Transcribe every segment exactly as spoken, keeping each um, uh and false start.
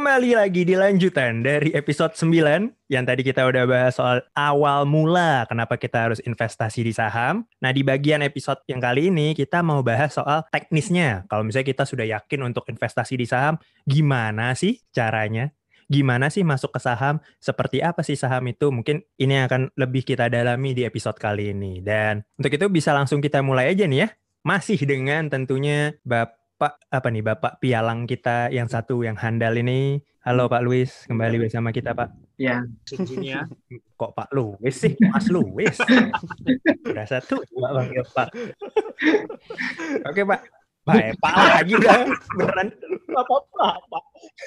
Kembali lagi di lanjutan dari episode sembilan yang tadi kita udah bahas soal awal mula kenapa kita harus investasi di saham. Nah, di bagian episode yang kali ini kita mau bahas soal teknisnya. Kalau misalnya kita sudah yakin untuk investasi di saham, gimana sih caranya? Gimana sih masuk ke saham? Seperti apa sih saham itu? Mungkin ini akan lebih kita dalami di episode kali ini. Dan untuk itu bisa langsung kita mulai aja nih ya. Masih dengan tentunya Bapak apa nih Bapak pialang kita yang satu yang handal ini. Halo Pak Luis, kembali bersama kita Pak. Ya, sini ya. Kok Pak Luis sih? Mas Luis. Berasa tuh Pak panggil Pak. Oke Pak. Baik, Pak lagi udah beneran apa-apa Pak.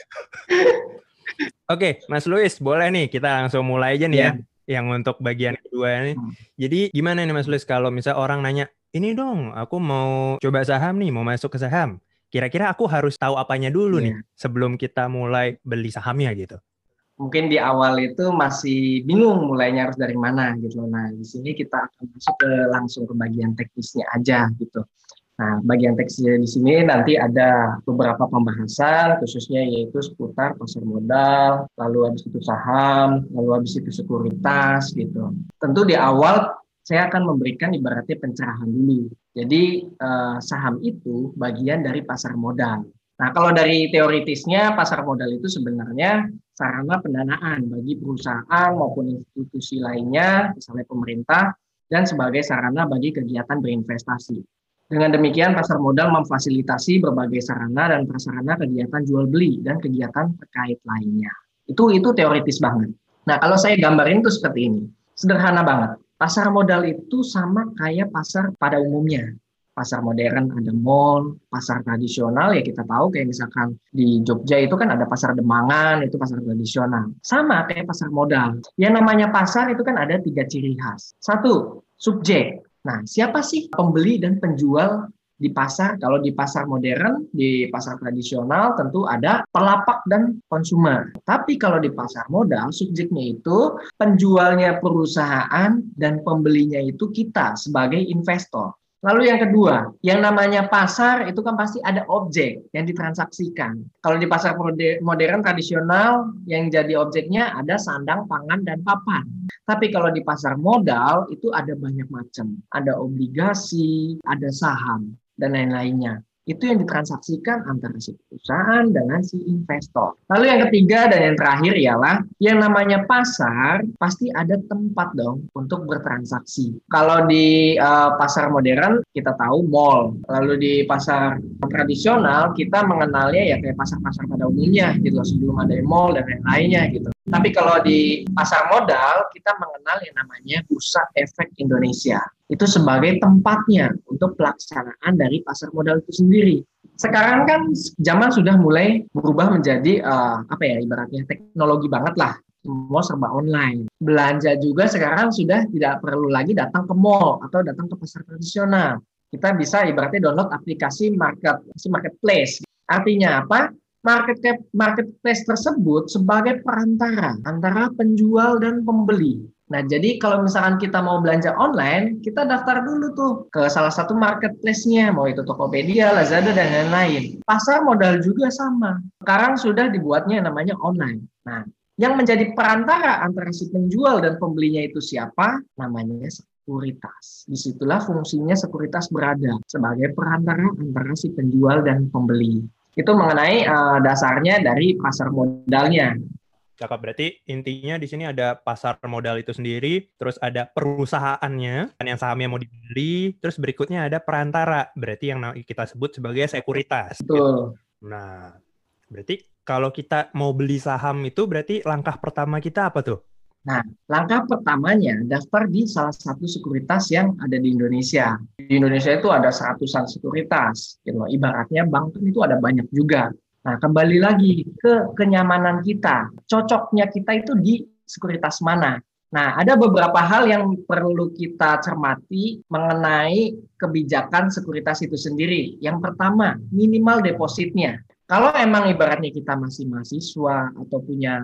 Oke, Mas Luis, boleh nih kita langsung mulai aja nih ya. ya. Yang untuk bagian kedua nih. Hmm. Jadi gimana nih Mas Luis kalau misal orang nanya, ini dong, aku mau coba saham nih, mau masuk ke saham. Kira-kira aku harus tahu apanya dulu yeah. nih sebelum kita mulai beli sahamnya gitu. Mungkin di awal itu masih bingung mulainya harus dari mana gitu. Nah, di sini kita akan masuk ke langsung ke bagian teknisnya aja gitu. Nah, bagian teknisnya di sini nanti ada beberapa pembahasan khususnya yaitu seputar pasar modal, lalu habis itu saham, lalu habis itu sekuritas gitu. Tentu di awal saya akan memberikan ibaratnya pencerahan dulu. Jadi eh, saham itu bagian dari pasar modal. Nah, kalau dari teoritisnya pasar modal itu sebenarnya sarana pendanaan bagi perusahaan maupun institusi lainnya, misalnya pemerintah, dan sebagai sarana bagi kegiatan berinvestasi. Dengan demikian, pasar modal memfasilitasi berbagai sarana dan prasarana kegiatan jual beli dan kegiatan terkait lainnya. Itu itu teoritis banget. Nah, kalau saya gambarin itu seperti ini, sederhana banget. Pasar modal itu sama kayak pasar pada umumnya. Pasar modern ada mall, pasar tradisional ya kita tahu kayak misalkan di Jogja itu kan ada pasar Demangan, itu pasar tradisional. Sama kayak pasar modal. Yang namanya pasar itu kan ada tiga ciri khas. Satu, subjek. Nah, siapa sih pembeli dan penjual di pasar? Kalau di pasar modern, di pasar tradisional tentu ada pelapak dan konsumer. Tapi kalau di pasar modal, subjeknya itu penjualnya perusahaan dan pembelinya itu kita sebagai investor. Lalu yang kedua, yang namanya pasar itu kan pasti ada objek yang ditransaksikan. Kalau di pasar modern tradisional yang jadi objeknya ada sandang, pangan, dan papan. Tapi kalau di pasar modal itu ada banyak macam. Ada obligasi, ada saham, dan lain-lainnya. Itu yang ditransaksikan antara si perusahaan dengan si investor. Lalu yang ketiga dan yang terakhir ialah yang namanya pasar pasti ada tempat dong untuk bertransaksi. Kalau di uh, pasar modern kita tahu mall. Lalu di pasar tradisional kita mengenalnya ya kayak pasar-pasar pada umumnya gitu sebelum ada mall dan lain-lainnya gitu. Tapi kalau di pasar modal kita mengenal yang namanya Bursa Efek Indonesia. Itu sebagai tempatnya untuk pelaksanaan dari pasar modal itu sendiri. Sekarang kan zaman sudah mulai berubah menjadi uh, apa ya ibaratnya teknologi banget lah. Semua serba online. Belanja juga sekarang sudah tidak perlu lagi datang ke mall atau datang ke pasar tradisional. Kita bisa ibaratnya download aplikasi market, marketplace. Artinya apa? Market marketplace tersebut sebagai perantara antara penjual dan pembeli. Nah, jadi kalau misalkan kita mau belanja online, kita daftar dulu tuh ke salah satu marketplace-nya, mau itu Tokopedia, Lazada, dan lain-lain. Pasar modal juga sama. Sekarang sudah dibuatnya namanya online. Nah, yang menjadi perantara antara si penjual dan pembelinya itu siapa? Namanya sekuritas. Disitulah fungsinya sekuritas berada sebagai perantara antara si penjual dan pembeli. Itu mengenai uh, dasarnya dari pasar modalnya. Cakap, berarti intinya di sini ada pasar modal itu sendiri, terus ada perusahaannya, yang sahamnya mau dibeli, terus berikutnya ada perantara, berarti yang kita sebut sebagai sekuritas. Betul. Nah, berarti kalau kita mau beli saham itu berarti langkah pertama kita apa tuh? Nah, langkah pertamanya daftar di salah satu sekuritas yang ada di Indonesia. Di Indonesia itu ada seratusan sekuritas. Gitu. Ibaratnya bank itu ada banyak juga. Nah, kembali lagi ke kenyamanan kita. Cocoknya kita itu di sekuritas mana? Nah, ada beberapa hal yang perlu kita cermati mengenai kebijakan sekuritas itu sendiri. Yang pertama, minimal depositnya. Kalau emang ibaratnya kita masih mahasiswa atau punya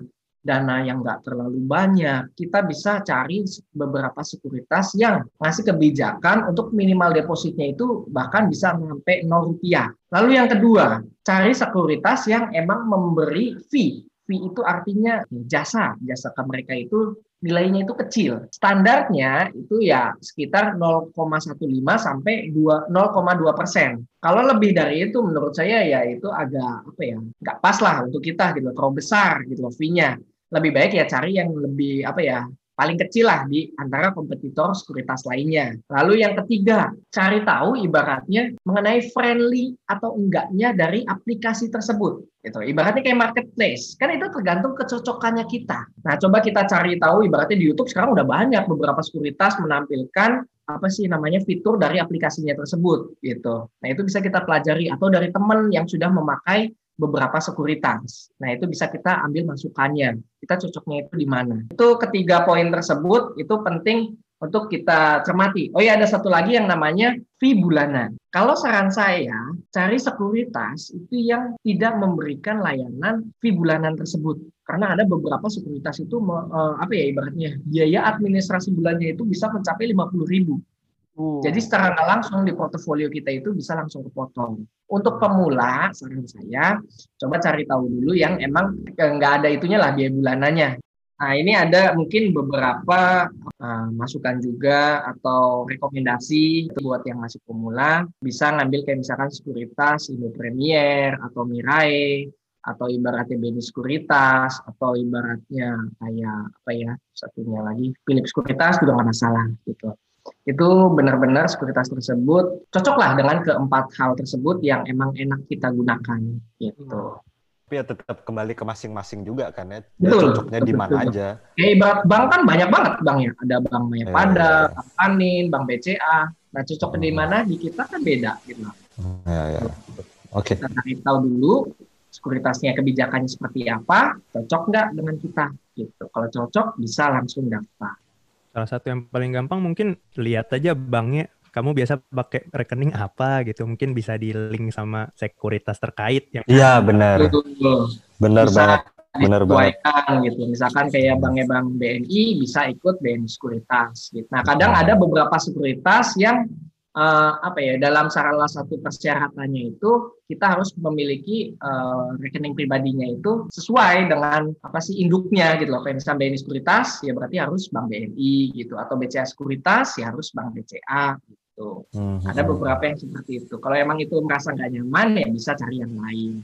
dana yang nggak terlalu banyak, kita bisa cari beberapa sekuritas yang ngasih kebijakan untuk minimal depositnya itu bahkan bisa sampai nol rupiah. Lalu yang kedua, cari sekuritas yang emang memberi fee. Fee itu artinya jasa, jasa ke mereka itu nilainya itu kecil. Standarnya itu ya sekitar nol koma lima belas sampai nol koma dua persen. Kalau lebih dari itu menurut saya ya itu agak apa ya, nggak pas lah untuk kita gitu, terlalu besar gitu loh fee-nya. Lebih baik ya cari yang lebih apa ya, paling kecil lah di antara kompetitor sekuritas lainnya. Lalu yang ketiga, cari tahu ibaratnya mengenai friendly atau enggaknya dari aplikasi tersebut. Gitu. Ibaratnya kayak marketplace, kan itu tergantung kecocokannya kita. Nah, coba kita cari tahu ibaratnya di YouTube sekarang udah banyak beberapa sekuritas menampilkan apa sih namanya fitur dari aplikasinya tersebut gitu. Nah, itu bisa kita pelajari atau dari teman yang sudah memakai beberapa sekuritas. Nah, itu bisa kita ambil masukannya. Kita cocoknya itu di mana. Itu ketiga poin tersebut itu penting untuk kita cermati. Oh ya, ada satu lagi yang namanya fee bulanan. Kalau saran saya, cari sekuritas itu yang tidak memberikan layanan fee bulanan tersebut. Karena ada beberapa sekuritas itu apa ya ibaratnya biaya administrasi bulannya itu bisa mencapai lima puluh ribu. Uh. Jadi secara langsung di portofolio kita itu bisa langsung kepotong. Untuk pemula, saran saya, coba cari tahu dulu yang emang nggak ada itunya lah biaya bulanannya. Nah, ini ada mungkin beberapa uh, masukan juga atau rekomendasi buat yang masih pemula. Bisa ngambil kayak misalkan sekuritas Indo Premier atau Mirai, atau ibaratnya B N I Sekuritas, atau ibaratnya kayak apa ya, satunya lagi, Philip Sekuritas juga nggak masalah gitu. Itu benar-benar sekuritas tersebut cocoklah dengan keempat hal tersebut yang emang enak kita gunakan gitu. Tapi ya tetap kembali ke masing-masing juga kan ya. Betul, cocoknya di mana aja. Kayak ibarat bank kan banyak banget banknya. Ada Bank Mayapada, ya, ya, ya. Bank Panin, Bank B C A. Nah cocoknya hmm. di mana di kita kan beda gitu. Ya, ya. Oke. Okay. Kita cari tahu dulu sekuritasnya kebijakannya seperti apa, cocok nggak dengan kita gitu. Kalau cocok bisa langsung daftar. Salah satu yang paling gampang mungkin lihat aja banknya, kamu biasa pakai rekening apa gitu, mungkin bisa di-link sama sekuritas terkait. Iya benar, benar banget, benar banget. Gitu. Misalkan kayak banknya Bank B N I bisa ikut B N I Sekuritas. Gitu. Nah kadang ada beberapa sekuritas yang uh, apa ya dalam salah satu persyaratannya itu kita harus memiliki uh, rekening pribadinya itu sesuai dengan apa sih induknya gitu loh. Kayak misalnya B N I Sekuritas ya berarti harus Bank B N I gitu, atau B C A Sekuritas ya harus Bank B C A gitu. Mm-hmm. Ada beberapa yang seperti itu. Kalau emang itu merasa nggak nyaman ya bisa cari yang lain.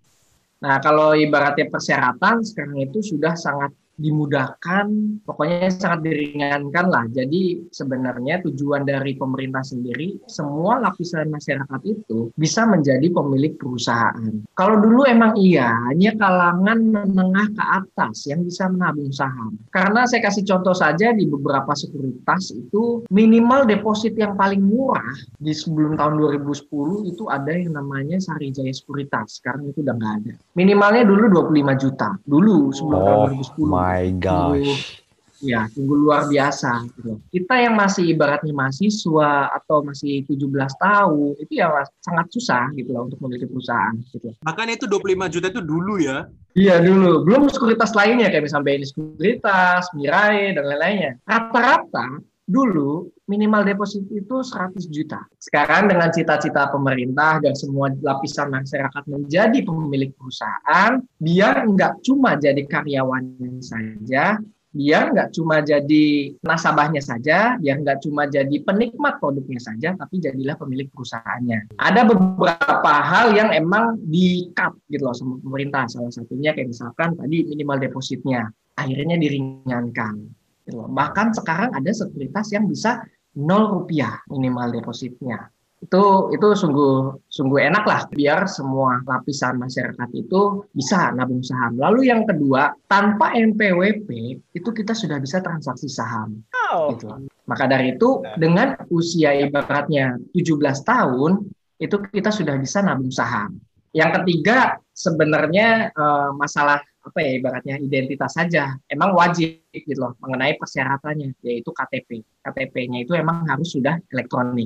Nah kalau ibaratnya persyaratan sekarang itu sudah sangat dimudahkan, pokoknya sangat diringankan lah. Jadi sebenarnya tujuan dari pemerintah sendiri, semua lapisan masyarakat itu bisa menjadi pemilik perusahaan. Kalau dulu emang iya, hanya kalangan menengah ke atas yang bisa menabung saham. Karena saya kasih contoh saja di beberapa sekuritas itu minimal deposit yang paling murah di sebelum tahun dua ribu sepuluh itu ada yang namanya Sarijaya Sekuritas. Sekarang itu udah nggak ada. Minimalnya dulu dua puluh lima juta. Dulu sebelum oh. tahun dua ribu sepuluh. My gosh. Ya, sungguh luar biasa. Gitu. Kita yang masih ibaratnya mahasiswa atau masih tujuh belas tahun, itu ya sangat susah gitu lah untuk memiliki perusahaan. Gitu. Makanya itu dua puluh lima juta itu dulu ya? Iya dulu. Belum sekuritas lainnya kayak misalnya B N I Sekuritas, Mirai, dan lain-lainnya. Rata-rata dulu minimal deposit itu seratus juta. Sekarang dengan cita-cita pemerintah dan semua lapisan masyarakat menjadi pemilik perusahaan, biar nggak cuma jadi karyawannya saja, biar nggak cuma jadi nasabahnya saja, biar nggak cuma jadi penikmat produknya saja, tapi jadilah pemilik perusahaannya. Ada beberapa hal yang emang di-cut gitu loh sama pemerintah. Salah satunya kayak misalkan tadi minimal depositnya, akhirnya diringankan. Gitu loh. Bahkan sekarang ada sekuritas yang bisa nol rupiah minimal depositnya. Itu itu sungguh sungguh enak lah biar semua lapisan masyarakat itu bisa nabung saham. Lalu yang kedua, tanpa N P W P itu kita sudah bisa transaksi saham. Oh. Gitu. Maka dari itu dengan usia ibaratnya tujuh belas tahun itu kita sudah bisa nabung saham. Yang ketiga sebenarnya eh, masalah apa ya ibaratnya identitas saja. Emang wajib gitu loh mengenai persyaratannya yaitu K T P. K T P-nya itu emang harus sudah elektronik.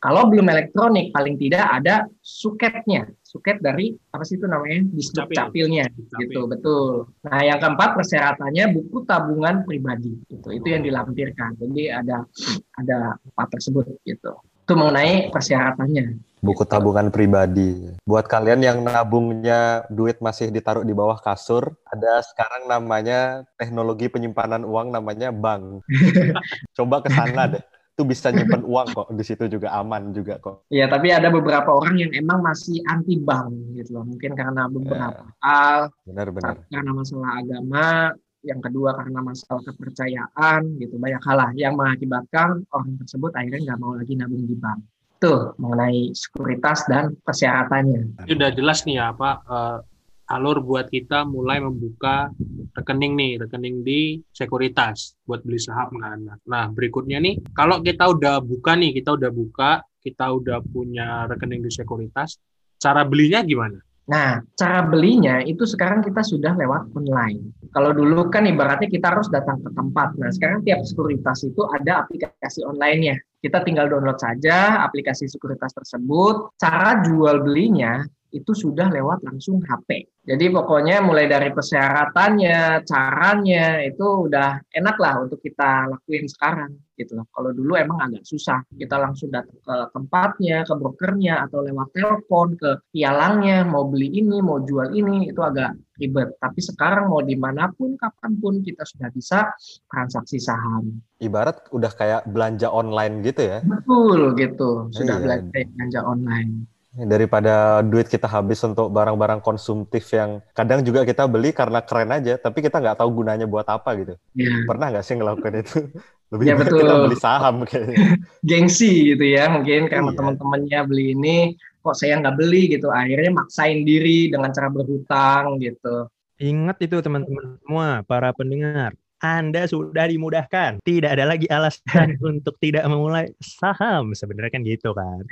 Kalau belum elektronik, paling tidak ada suketnya. Suket dari, apa sih itu namanya? Disduk capilnya. Gitu, betul. Nah, yang keempat persyaratannya buku tabungan pribadi. Gitu. Itu yang dilampirkan. Jadi ada ada empat tersebut. Gitu. Itu mengenai persyaratannya. Buku tabungan pribadi. Buat kalian yang nabungnya duit masih ditaruh di bawah kasur, ada sekarang namanya teknologi penyimpanan uang namanya bank. Coba ke sana deh. Itu bisa nyimpen uang kok, di situ juga aman juga kok. Iya, tapi ada beberapa orang yang emang masih anti bank gitu loh. Mungkin karena beberapa ya. hal, benar-benar. Karena masalah agama, yang kedua karena masalah kepercayaan gitu, banyak hal lah yang mengakibatkan orang tersebut akhirnya nggak mau lagi nabung di bank. Tuh mengenai sekuritas dan persyaratannya. Itu udah jelas nih ya Pak. Uh, alur buat kita mulai membuka rekening nih, rekening di sekuritas buat beli saham kan. Nah, berikutnya nih, kalau kita udah buka nih, kita udah buka, kita udah punya rekening di sekuritas, cara belinya gimana? Nah, cara belinya itu sekarang kita sudah lewat online. Kalau dulu kan ibaratnya kita harus datang ke tempat. Nah, sekarang tiap sekuritas itu ada aplikasi online-nya. Kita tinggal download saja aplikasi sekuritas tersebut. Cara jual belinya itu sudah lewat langsung H P. Jadi pokoknya mulai dari persyaratannya, caranya itu udah enak lah untuk kita lakuin sekarang gitu loh. Kalau dulu emang agak susah. Kita langsung datang ke tempatnya, ke brokernya atau lewat telepon ke pialangnya, mau beli ini, mau jual ini, itu agak ribet. Tapi sekarang mau dimanapun, kapanpun kita sudah bisa transaksi saham. Ibarat udah kayak belanja online gitu ya? Betul gitu, sudah iya. belanja, belanja online. Daripada duit kita habis untuk barang-barang konsumtif yang kadang juga kita beli karena keren aja, tapi kita nggak tahu gunanya buat apa gitu. Ya. Pernah nggak sih ngelakuin itu? Lebih ya, baik betul. kita beli saham kayaknya. Gengsi gitu ya, mungkin karena iya. teman-temannya beli ini, kok saya nggak beli gitu. Akhirnya maksain diri dengan cara berhutang gitu. Ingat itu teman-teman semua, para pendengar. Anda sudah dimudahkan. Tidak ada lagi alasan untuk tidak memulai saham. Sebenarnya kan gitu kan.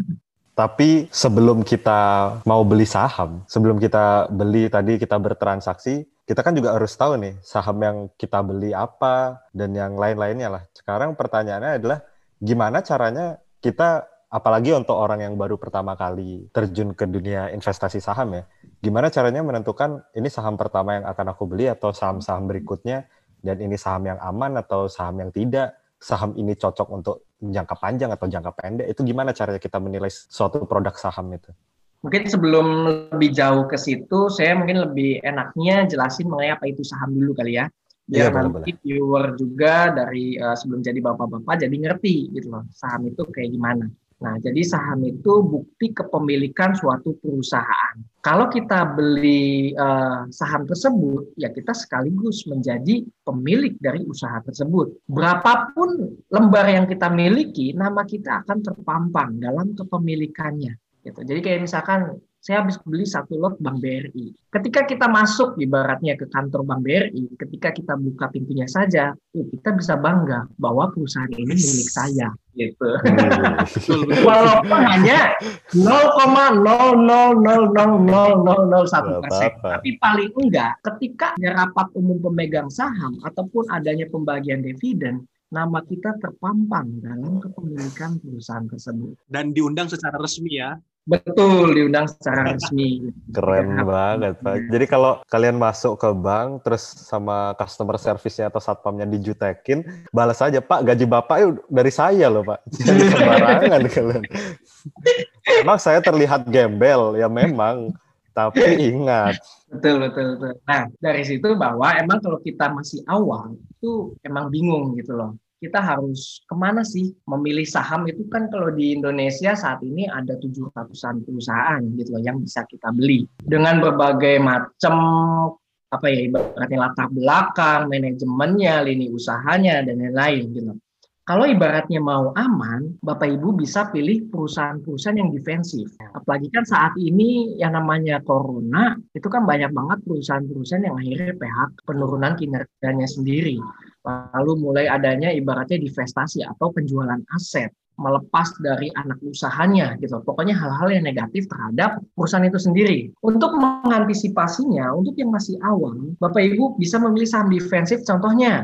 Tapi sebelum kita mau beli saham, sebelum kita beli tadi kita bertransaksi, kita kan juga harus tahu nih saham yang kita beli apa dan yang lain-lainnya lah. Sekarang pertanyaannya adalah gimana caranya kita, apalagi untuk orang yang baru pertama kali terjun ke dunia investasi saham ya, gimana caranya menentukan ini saham pertama yang akan aku beli atau saham-saham berikutnya, dan ini saham yang aman atau saham yang tidak, saham ini cocok untuk jangka panjang atau jangka pendek, itu gimana caranya kita menilai suatu produk saham itu? Mungkin sebelum lebih jauh ke situ, saya mungkin lebih enaknya jelasin mengenai apa itu saham dulu kali ya. Biar ya, nanti boleh. Viewer juga dari uh, sebelum jadi bapak-bapak jadi ngerti gitu loh, saham itu kayak gimana. Nah, jadi saham itu bukti kepemilikan suatu perusahaan. Kalau kita beli uh, saham tersebut, ya kita sekaligus menjadi pemilik dari usaha tersebut. Berapapun lembar yang kita miliki, nama kita akan terpampang dalam kepemilikannya. Gitu. Jadi kayak misalkan saya habis beli satu lot Bank B R I. Ketika kita masuk ibaratnya ke kantor Bank B R I, ketika kita buka pintunya saja, kita bisa bangga bahwa perusahaan ini milik saya. Gitu. Walaupun hanya nol koma nol nol nol nol nol nol nol satu persen. Tapi paling enggak, ketika ada rapat umum pemegang saham ataupun adanya pembagian dividen, nama kita terpampang dalam kepemilikan perusahaan tersebut. Dan diundang secara resmi ya. Betul, diundang secara resmi. Keren ya, banget, Pak. Jadi kalau kalian masuk ke bank, terus sama customer service-nya atau satpamnya dijutekin, balas aja, Pak, gaji Bapak itu dari saya loh, Pak. Jangan sembarangan kalian. Emang saya terlihat gembel, ya memang. Tapi ingat. Betul, betul, betul. Nah, dari situ bahwa emang kalau kita masih awal, itu emang bingung gitu loh. Kita harus kemana sih memilih saham itu kan kalau di Indonesia saat ini ada tujuh ratusan perusahaan gitu loh yang bisa kita beli dengan berbagai macam apa ya ibaratnya latar belakang, manajemennya, lini usahanya dan lain-lain gitu. Kalau ibaratnya mau aman, Bapak Ibu bisa pilih perusahaan-perusahaan yang defensif. Apalagi kan saat ini yang namanya corona, itu kan banyak banget perusahaan-perusahaan yang akhirnya P H K, penurunan kinerjanya sendiri. Lalu mulai adanya ibaratnya divestasi atau penjualan aset, melepas dari anak usahanya gitu. Pokoknya hal-hal yang negatif terhadap perusahaan itu sendiri. Untuk mengantisipasinya, untuk yang masih awal, Bapak Ibu bisa memilih saham defensif contohnya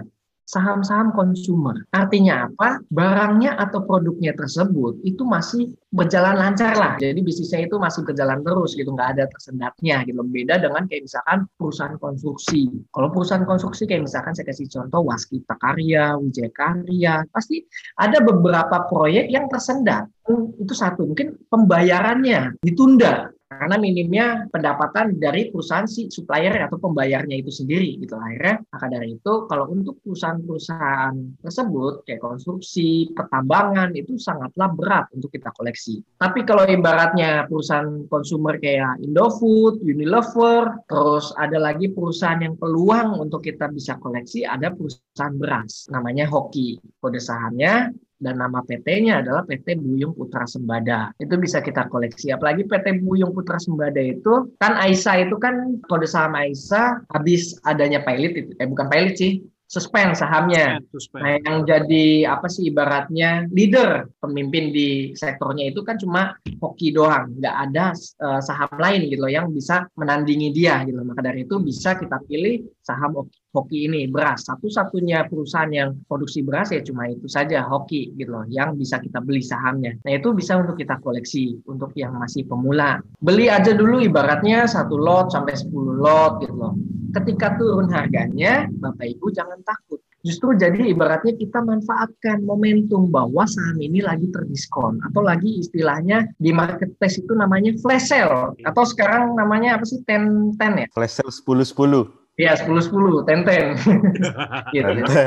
saham-saham konsumer. Artinya apa? Barangnya atau produknya tersebut itu masih berjalan lancar lah. Jadi bisnisnya itu masih berjalan terus gitu, nggak ada tersendatnya gitu. Beda dengan kayak misalkan perusahaan konstruksi. Kalau perusahaan konstruksi kayak misalkan saya kasih contoh Waskita Karya, Wijaya Karya, pasti ada beberapa proyek yang tersendat. Itu satu, mungkin pembayarannya ditunda karena minimnya pendapatan dari perusahaan si supplier atau pembayarnya itu sendiri gitu. Akhirnya maka dari itu kalau untuk perusahaan-perusahaan tersebut kayak konstruksi, pertambangan itu sangatlah berat untuk kita koleksi. Tapi kalau ibaratnya perusahaan konsumer kayak Indofood, Unilever, terus ada lagi perusahaan yang peluang untuk kita bisa koleksi, ada perusahaan beras namanya Hoki. Kode sahamnya dan nama P T-nya adalah P T Buyung Putra Sembada. Itu bisa kita koleksi. Apalagi P T Buyung Putra Sembada itu, kan Aisyah itu kan kode saham Aisyah habis adanya pilot itu. Eh bukan pilot sih, suspend sahamnya. Suspend. Nah yang jadi apa sih ibaratnya leader, pemimpin di sektornya itu kan cuma Hoki doang. Nggak ada uh, saham lain gitu loh yang bisa menandingi dia gitu. Maka dari itu bisa kita pilih saham Hoki. Hoki ini beras, satu-satunya perusahaan yang produksi beras ya cuma itu saja Hoki gitu loh, yang bisa kita beli sahamnya. Nah itu bisa untuk kita koleksi untuk yang masih pemula. Beli aja dulu ibaratnya satu lot sampai sepuluh lot gitu loh. Ketika turun harganya, Bapak Ibu jangan takut. Justru jadi ibaratnya kita manfaatkan momentum bahwa saham ini lagi terdiskon atau lagi istilahnya di marketplace itu namanya flash sale atau sekarang namanya apa sih ten ten ya? Flash sale sepuluh sepuluh. Ya sepuluh sepuluh, ten ten. Gitu.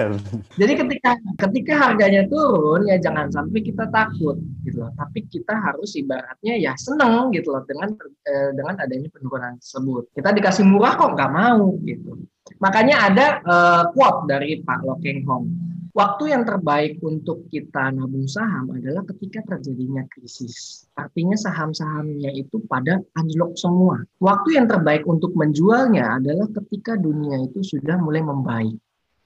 Jadi ketika ketika harganya turun ya jangan sampai kita takut gitu loh. Tapi kita harus ibaratnya ya seneng gitu loh dengan eh, dengan adanya penurunan tersebut. Kita dikasih murah kok nggak mau gitu. Makanya ada eh, quote dari Pak Lo Keng Hong. Waktu yang terbaik untuk kita nabung saham adalah ketika terjadinya krisis. Artinya saham-sahamnya itu pada anjlok semua. Waktu yang terbaik untuk menjualnya adalah ketika dunia itu sudah mulai membaik.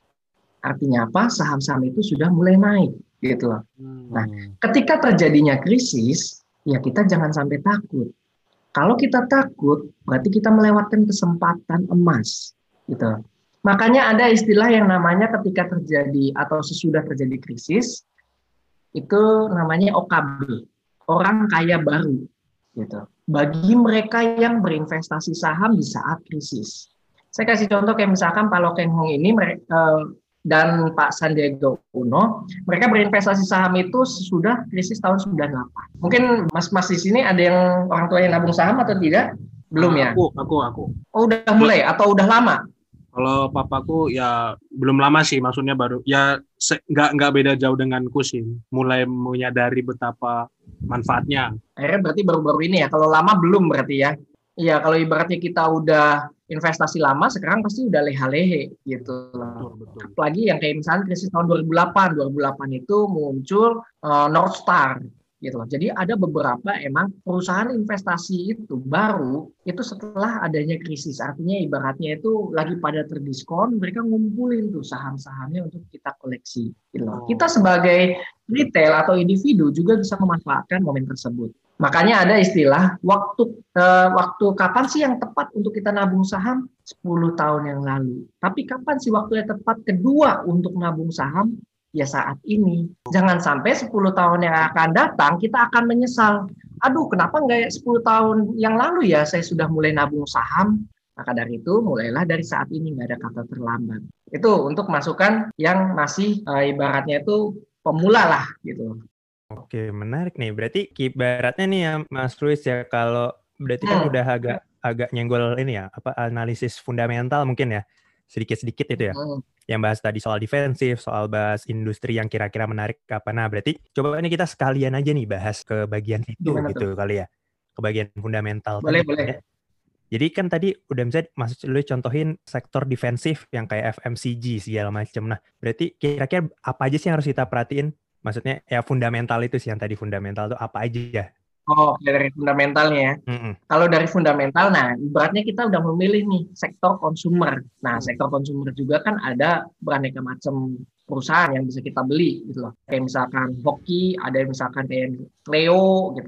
Artinya apa? Saham-saham itu sudah mulai naik, gitu loh. Nah, ketika terjadinya krisis, ya kita jangan sampai takut. Kalau kita takut, berarti kita melewatkan kesempatan emas, gitu. Makanya ada istilah yang namanya ketika terjadi atau sesudah terjadi krisis, itu namanya O K B, orang kaya baru. Gitu. Bagi mereka yang berinvestasi saham di saat krisis. Saya kasih contoh kayak misalkan Pak Lo Keng Hong ini dan Pak Sandiaga Uno, mereka berinvestasi saham itu sesudah krisis tahun sembilan puluh delapan. Mungkin mas-mas di sini ada yang orang tua yang nabung saham atau tidak? Belum ya? Aku, aku, aku. Oh, udah mulai atau udah lama? Kalau papaku ya belum lama sih, maksudnya baru ya se- nggak nggak beda jauh denganku sih, mulai menyadari betapa manfaatnya. Akhirnya berarti baru-baru ini ya, kalau lama belum berarti ya. Iya, kalau ibaratnya kita udah investasi lama, sekarang pasti udah leha-lehe gitu. Betul, betul. Apalagi yang kayak misalnya krisis tahun dua ribu delapan, dua ribu delapan itu muncul uh, North Star. Gitu loh. Jadi ada beberapa emang perusahaan investasi itu baru itu setelah adanya krisis, artinya ibaratnya itu lagi pada terdiskon, mereka ngumpulin tuh saham-sahamnya untuk kita koleksi. Gitu loh. Kita sebagai retail atau individu juga bisa memanfaatkan momen tersebut. Makanya ada istilah waktu eh, waktu kapan sih yang tepat untuk kita nabung saham? sepuluh tahun yang lalu. Tapi kapan sih waktu yang tepat kedua untuk nabung saham? Ya saat ini. Jangan sampai sepuluh tahun yang akan datang kita akan menyesal. Aduh, kenapa nggak sepuluh tahun yang lalu ya saya sudah mulai nabung saham? Maka dari itu mulailah dari saat ini, nggak ada kata terlambat. Itu untuk masukan yang masih e, ibaratnya itu pemula lah gitu. Oke, menarik nih. Berarti ibaratnya nih ya Mas Luis ya, kalau berarti kan hmm. udah agak agak nyenggol ini ya, apa analisis fundamental mungkin ya. Sedikit-sedikit itu ya. Hmm. Yang bahas tadi soal defensif, soal bahas industri yang kira-kira menarik apa. Nah, berarti coba ini kita sekalian aja nih bahas ke bagian itu gitu kali ya. Ke bagian fundamental. Boleh, tadi, boleh. Ya. Jadi kan tadi udah bisa Mas Luis contohin sektor defensif yang kayak F M C G segala macam. Nah, berarti kira-kira apa aja sih yang harus kita perhatiin? Maksudnya ya fundamental itu sih, yang tadi fundamental itu apa aja ya? Oh, dari fundamentalnya ya. Mm-hmm. Kalau dari fundamental, nah ibaratnya kita udah memilih nih sektor konsumer. Nah, sektor konsumer juga kan ada beraneka macam perusahaan yang bisa kita beli gitu loh. Kayak misalkan Hoki, ada yang misalkan kayak Leo gitu loh.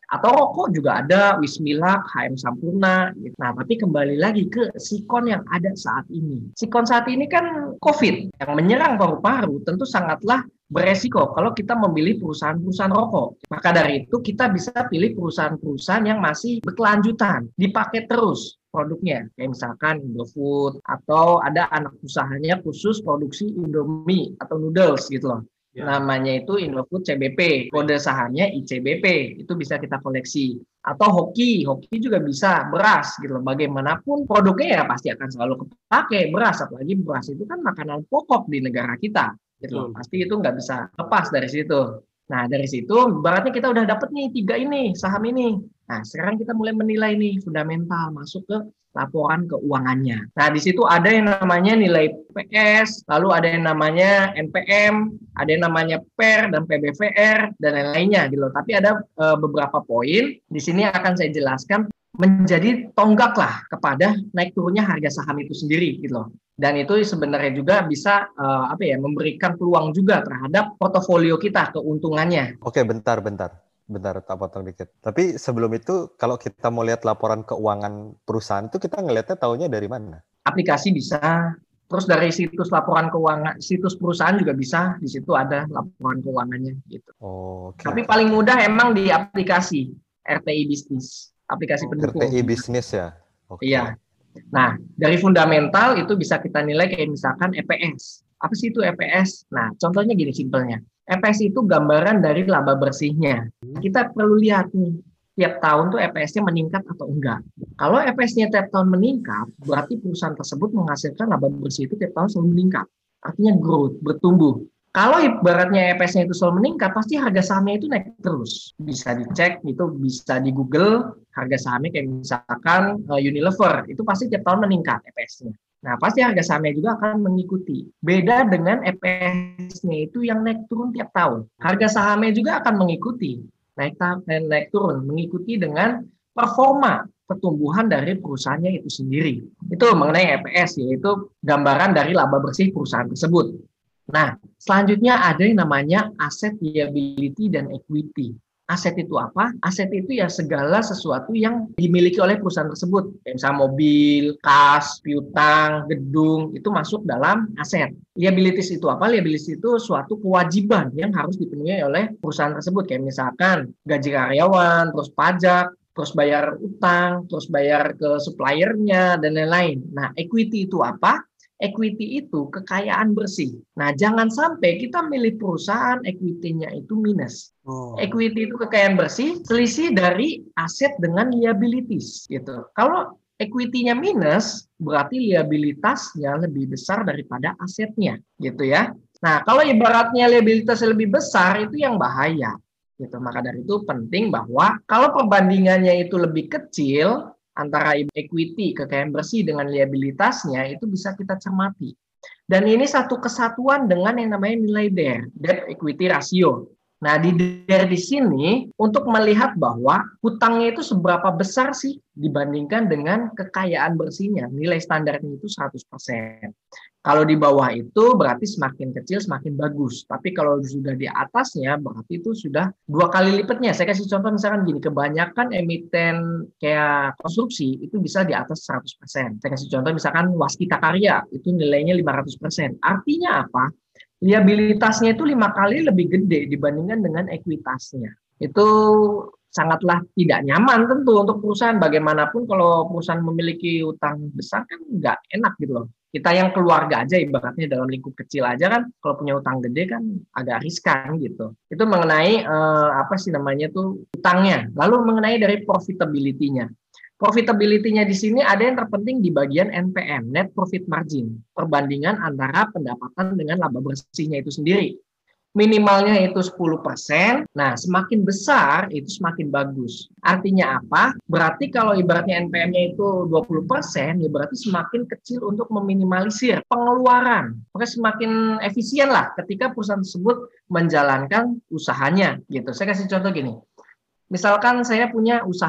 Atau rokok juga ada, Wismilak, H M Sampurna. Gitu. Nah, tapi kembali lagi ke sikon yang ada saat ini. Sikon saat ini kan COVID yang menyerang paru-paru tentu sangatlah beresiko kalau kita memilih perusahaan-perusahaan rokok. Maka dari itu kita bisa pilih perusahaan-perusahaan yang masih berkelanjutan, dipakai terus produknya. Kayak misalkan Indofood atau ada anak usahanya khusus produksi Indomie atau noodles gitu loh. Ya. Namanya itu Indofood C B P, kode sahamnya I C B P, itu bisa kita koleksi. Atau hoki, hoki juga bisa, beras gitu loh. Bagaimanapun produknya ya pasti akan selalu kepake beras, apalagi beras itu kan makanan pokok di negara kita. Gitu loh. Pasti itu nggak bisa lepas dari situ. Nah, dari situ berarti kita udah dapet nih tiga ini, saham ini. Nah, sekarang kita mulai menilai nih fundamental, masuk ke laporan keuangannya. Nah, di situ ada yang namanya nilai P S, lalu ada yang namanya N P M, ada yang namanya P E R dan P B V R dan lain-lainnya gitu loh. Tapi ada e, beberapa poin di sini akan saya jelaskan menjadi tonggak lah kepada naik turunnya harga saham itu sendiri gitu loh. Dan itu sebenarnya juga bisa uh, apa ya memberikan peluang juga terhadap portofolio kita, keuntungannya. Oke, bentar, bentar. Bentar, tak potong dikit. Tapi sebelum itu, kalau kita mau lihat laporan keuangan perusahaan itu, kita ngelihatnya taunya dari mana? Aplikasi bisa, terus dari situs laporan keuangan, situs perusahaan juga bisa, di situ ada laporan keuangannya gitu. Oh, okay. Tapi paling mudah emang di aplikasi R T I Bisnis, aplikasi oh, pendukung. R T I Bisnis ya? Okay. Iya. Nah, dari fundamental itu bisa kita nilai kayak misalkan E P S. Apa sih itu E P S? Nah, contohnya gini simpelnya. E P S itu gambaran dari laba bersihnya. Kita perlu lihat nih, tiap tahun tuh E P S-nya meningkat atau enggak. Kalau E P S-nya tiap tahun meningkat, berarti perusahaan tersebut menghasilkan laba bersih itu tiap tahun selalu meningkat. Artinya growth, bertumbuh. Kalau ibaratnya E P S-nya itu selalu meningkat, pasti harga sahamnya itu naik terus. Bisa dicek, itu bisa di Google, harga sahamnya kayak misalkan uh, Unilever, itu pasti tiap tahun meningkat E P S-nya. Nah, pasti harga sahamnya juga akan mengikuti. Beda dengan E P S-nya itu yang naik turun tiap tahun. Harga sahamnya juga akan mengikuti, naik, naik turun, mengikuti dengan performa pertumbuhan dari perusahaannya itu sendiri. Itu mengenai E P S, yaitu gambaran dari laba bersih perusahaan tersebut. Nah, selanjutnya ada yang namanya aset liability dan equity. Aset itu apa? Aset itu ya segala sesuatu yang dimiliki oleh perusahaan tersebut. Kayak misalnya mobil, kas, piutang, gedung, itu masuk dalam aset. Liabilities itu apa? Liabilities itu suatu kewajiban yang harus dipenuhi oleh perusahaan tersebut. Kayak misalkan gaji karyawan, terus pajak, terus bayar utang, terus bayar ke suppliernya, dan lain-lain. Nah, equity itu apa? Equity itu kekayaan bersih. Nah, jangan sampai kita milih perusahaan equity-nya itu minus. Oh. Equity itu kekayaan bersih, selisih dari aset dengan liabilities gitu. Kalau equity-nya minus, berarti liabilitasnya lebih besar daripada asetnya gitu ya. Nah, kalau ibaratnya liabilitasnya lebih besar, itu yang bahaya gitu. Maka dari itu penting bahwa kalau perbandingannya itu lebih kecil antara equity, kekayaan bersih dengan liabilitasnya, itu bisa kita cermati. Dan ini satu kesatuan dengan yang namanya nilai D E R, debt equity ratio. Nah, di D E R di sini untuk melihat bahwa hutangnya itu seberapa besar sih dibandingkan dengan kekayaan bersihnya. Nilai standarnya itu seratus persen. Kalau di bawah itu berarti semakin kecil semakin bagus. Tapi kalau sudah di atasnya berarti itu sudah dua kali lipatnya. Saya kasih contoh misalkan gini, kebanyakan emiten kayak konstruksi itu bisa di atas seratus persen. Saya kasih contoh misalkan Waskita Karya itu nilainya lima ratus persen. Artinya apa? Liabilitasnya itu lima kali lebih gede dibandingkan dengan ekuitasnya. Itu sangatlah tidak nyaman tentu untuk perusahaan. Bagaimanapun kalau perusahaan memiliki utang besar kan nggak enak gitu loh. Kita yang keluarga aja ibaratnya dalam lingkup kecil aja kan kalau punya utang gede kan agak riskan gitu. Itu mengenai eh, apa sih namanya tuh utangnya. Lalu mengenai dari profitability-nya. Profitability-nya di sini ada yang terpenting di bagian N P M, net profit margin. Perbandingan antara pendapatan dengan laba bersihnya itu sendiri. Minimalnya itu sepuluh persen, nah semakin besar itu semakin bagus. Artinya apa? Berarti kalau ibaratnya N P M-nya itu dua puluh persen, ya berarti semakin kecil untuk meminimalisir pengeluaran. Maka semakin efisien lah ketika perusahaan tersebut menjalankan usahanya. Gitu. Saya kasih contoh gini. Misalkan saya punya usaha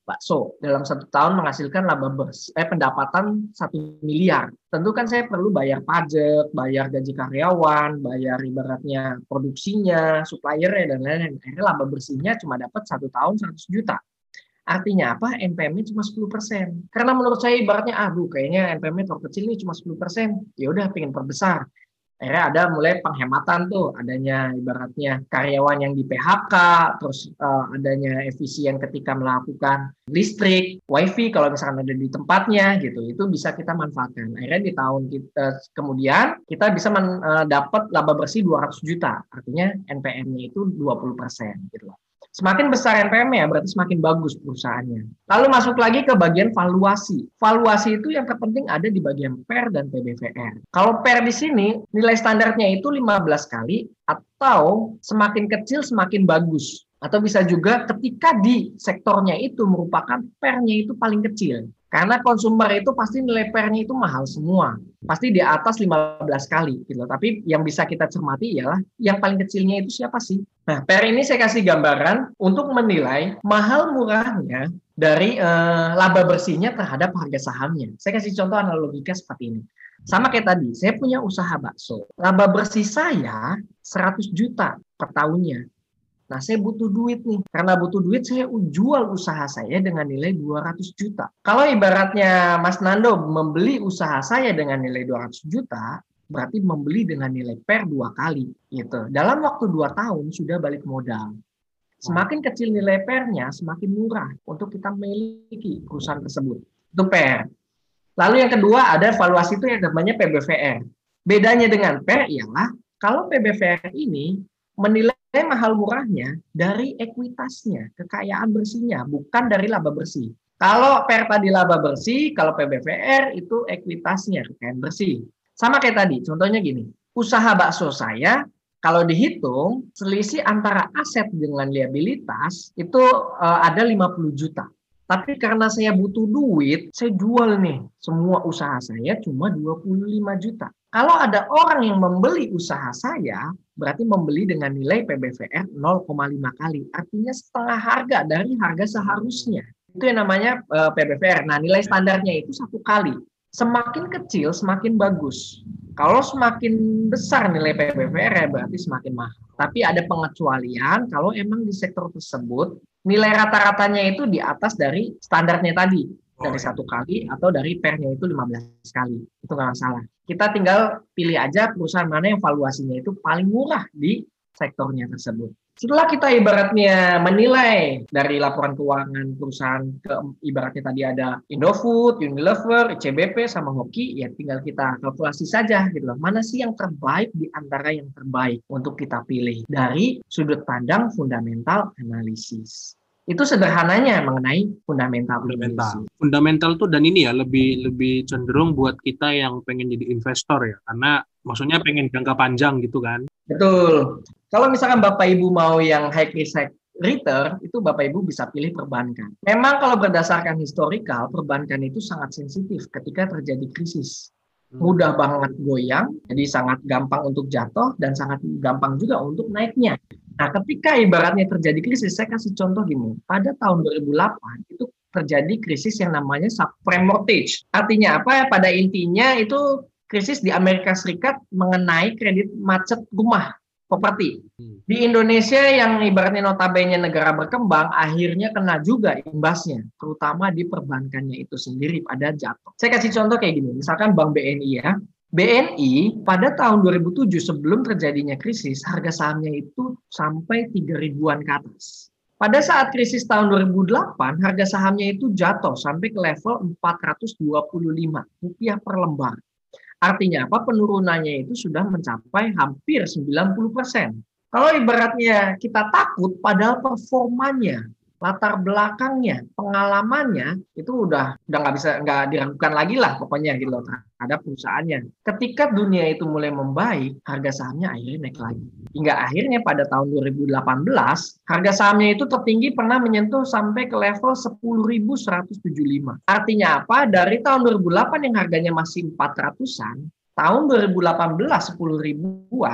bakso dalam satu tahun menghasilkan laba bersih, eh, pendapatan satu miliar. Tentu kan saya perlu bayar pajak, bayar gaji karyawan, bayar ibaratnya produksinya, suppliernya dan lain-lain. Akhirnya laba bersihnya cuma dapat satu tahun seratus juta. Artinya apa? N P M-nya cuma sepuluh persen. Karena menurut saya ibaratnya, aduh kayaknya N P M-nya terlalu kecil nih, cuma sepuluh persen. Ya udah, pengen perbesar. Akhirnya ada mulai penghematan tuh, adanya ibaratnya karyawan yang di P H K, terus uh, adanya efisien ketika melakukan listrik, wifi kalau misalkan ada di tempatnya gitu, itu bisa kita manfaatkan. Akhirnya di tahun kita kemudian kita bisa men, uh, dapat laba bersih dua ratus juta, artinya N P M-nya itu dua puluh persen gitu loh. Semakin besar N P M-nya berarti semakin bagus perusahaannya. Lalu masuk lagi ke bagian valuasi. Valuasi itu yang terpenting ada di bagian P E R dan P B V R. Kalau P E R di sini nilai standarnya itu lima belas kali atau semakin kecil semakin bagus. Atau bisa juga ketika di sektornya itu merupakan P E R-nya itu paling kecil. Karena konsumer itu pasti nilai P E R-nya itu mahal semua. Pasti di atas lima belas kali gitu. Tapi yang bisa kita cermati ialah yang paling kecilnya itu siapa sih? Nah, P E R ini saya kasih gambaran untuk menilai mahal murahnya dari eh, laba bersihnya terhadap harga sahamnya. Saya kasih contoh analogika seperti ini. Sama kayak tadi, saya punya usaha bakso. Laba bersih saya seratus juta per tahunnya. Nah, saya butuh duit nih. Karena butuh duit, saya jual usaha saya dengan nilai dua ratus juta. Kalau ibaratnya Mas Nando membeli usaha saya dengan nilai dua ratus juta, berarti membeli dengan nilai P E R dua kali. Gitu. Dalam waktu dua tahun, sudah balik modal. Semakin kecil nilai P E R-nya, semakin murah untuk kita memiliki perusahaan tersebut. Itu P E R. Lalu yang kedua, ada valuasi itu yang namanya P B V R. Bedanya dengan P E R ialah, kalau P B V R ini menilai mahal murahnya dari ekuitasnya, kekayaan bersihnya, bukan dari laba bersih. Kalau P E R tadi laba bersih, kalau P B V R itu ekuitasnya, kekayaan bersih. Sama kayak tadi, contohnya gini, usaha bakso saya, kalau dihitung, selisih antara aset dengan liabilitas, itu uh, ada lima puluh juta. Tapi karena saya butuh duit, saya jual nih, semua usaha saya cuma dua puluh lima juta. Kalau ada orang yang membeli usaha saya, berarti membeli dengan nilai P B V R nol koma lima kali. Artinya setengah harga dari harga seharusnya. Itu yang namanya uh, P B V R. Nah, nilai standarnya itu satu kali. Semakin kecil, semakin bagus. Kalau semakin besar nilai P B V R, berarti semakin mahal. Tapi ada pengecualian kalau emang di sektor tersebut, nilai rata-ratanya itu di atas dari standarnya tadi. Dari satu kali atau dari P E R-nya itu lima belas kali. Itu nggak masalah. Kita tinggal pilih aja perusahaan mana yang valuasinya itu paling murah di sektornya tersebut. Setelah kita ibaratnya menilai dari laporan keuangan perusahaan, ke, ibaratnya tadi ada Indofood, Unilever, I C B P, sama Hoki, ya tinggal kita kalkulasi saja gitu loh. Mana sih yang terbaik di antara yang terbaik untuk kita pilih dari sudut pandang fundamental analisis. Itu sederhananya mengenai fundamental fundamental. Fundamental tuh dan ini ya lebih lebih cenderung buat kita yang pengen jadi investor ya, karena maksudnya pengen jangka panjang gitu kan. Betul. Kalau misalkan Bapak Ibu mau yang high risk high return, itu Bapak Ibu bisa pilih perbankan. Memang kalau berdasarkan historical, perbankan itu sangat sensitif ketika terjadi krisis. Mudah banget goyang, jadi sangat gampang untuk jatuh dan sangat gampang juga untuk naiknya. Nah, ketika ibaratnya terjadi krisis, saya kasih contoh gini. Pada tahun dua ribu delapan itu terjadi krisis yang namanya subprime mortgage. Artinya apa? Pada intinya itu krisis di Amerika Serikat mengenai kredit macet rumah, properti. Di Indonesia yang ibaratnya notabene negara berkembang, akhirnya kena juga imbasnya, terutama di perbankannya itu sendiri pada jatuh. Saya kasih contoh kayak gini, misalkan Bank B N I ya. B N I pada tahun dua ribu tujuh sebelum terjadinya krisis, harga sahamnya itu sampai tiga ribuan ke atas. Pada saat krisis tahun dua ribu delapan, harga sahamnya itu jatuh sampai ke level empat ratus dua puluh lima rupiah per lembar. Artinya apa? Penurunannya itu sudah mencapai hampir sembilan puluh persen. Kalau ibaratnya kita takut, padahal performanya, latar belakangnya, pengalamannya itu udah udah nggak bisa nggak diragukan lagi lah pokoknya gitu loh terhadap perusahaannya. Ketika dunia itu mulai membaik, harga sahamnya akhirnya naik lagi. Hingga akhirnya pada tahun dua ribu delapan belas, harga sahamnya itu tertinggi pernah menyentuh sampai ke level sepuluh ribu seratus tujuh puluh lima. Artinya apa? Dari tahun dua ribu delapan yang harganya masih empat ratusan, tahun dua ribu delapan belas sepuluh ribuan,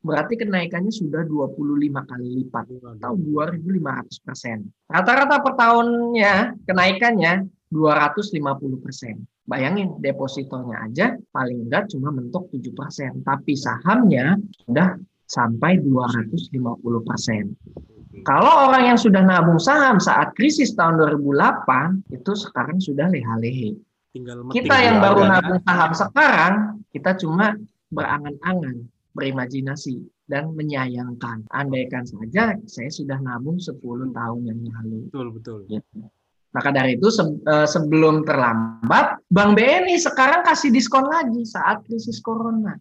berarti kenaikannya sudah dua puluh lima kali lipat atau dua ribu lima ratus persen. Rata-rata per tahunnya kenaikannya dua ratus lima puluh persen. Bayangin, depositonya aja paling enggak cuma mentok tujuh persen, tapi sahamnya sudah sampai dua ratus lima puluh persen. Kalau orang yang sudah nabung saham saat krisis tahun dua ribu delapan, itu sekarang sudah leha-lehe. Kita yang baru nabung saham sekarang, kita cuma berangan-angan, berimajinasi, dan menyayangkan. Andaikan saja saya sudah nabung sepuluh tahun yang lalu. Betul, betul. Gitu. Maka dari itu sebelum terlambat, Bank B N I sekarang kasih diskon lagi saat krisis corona.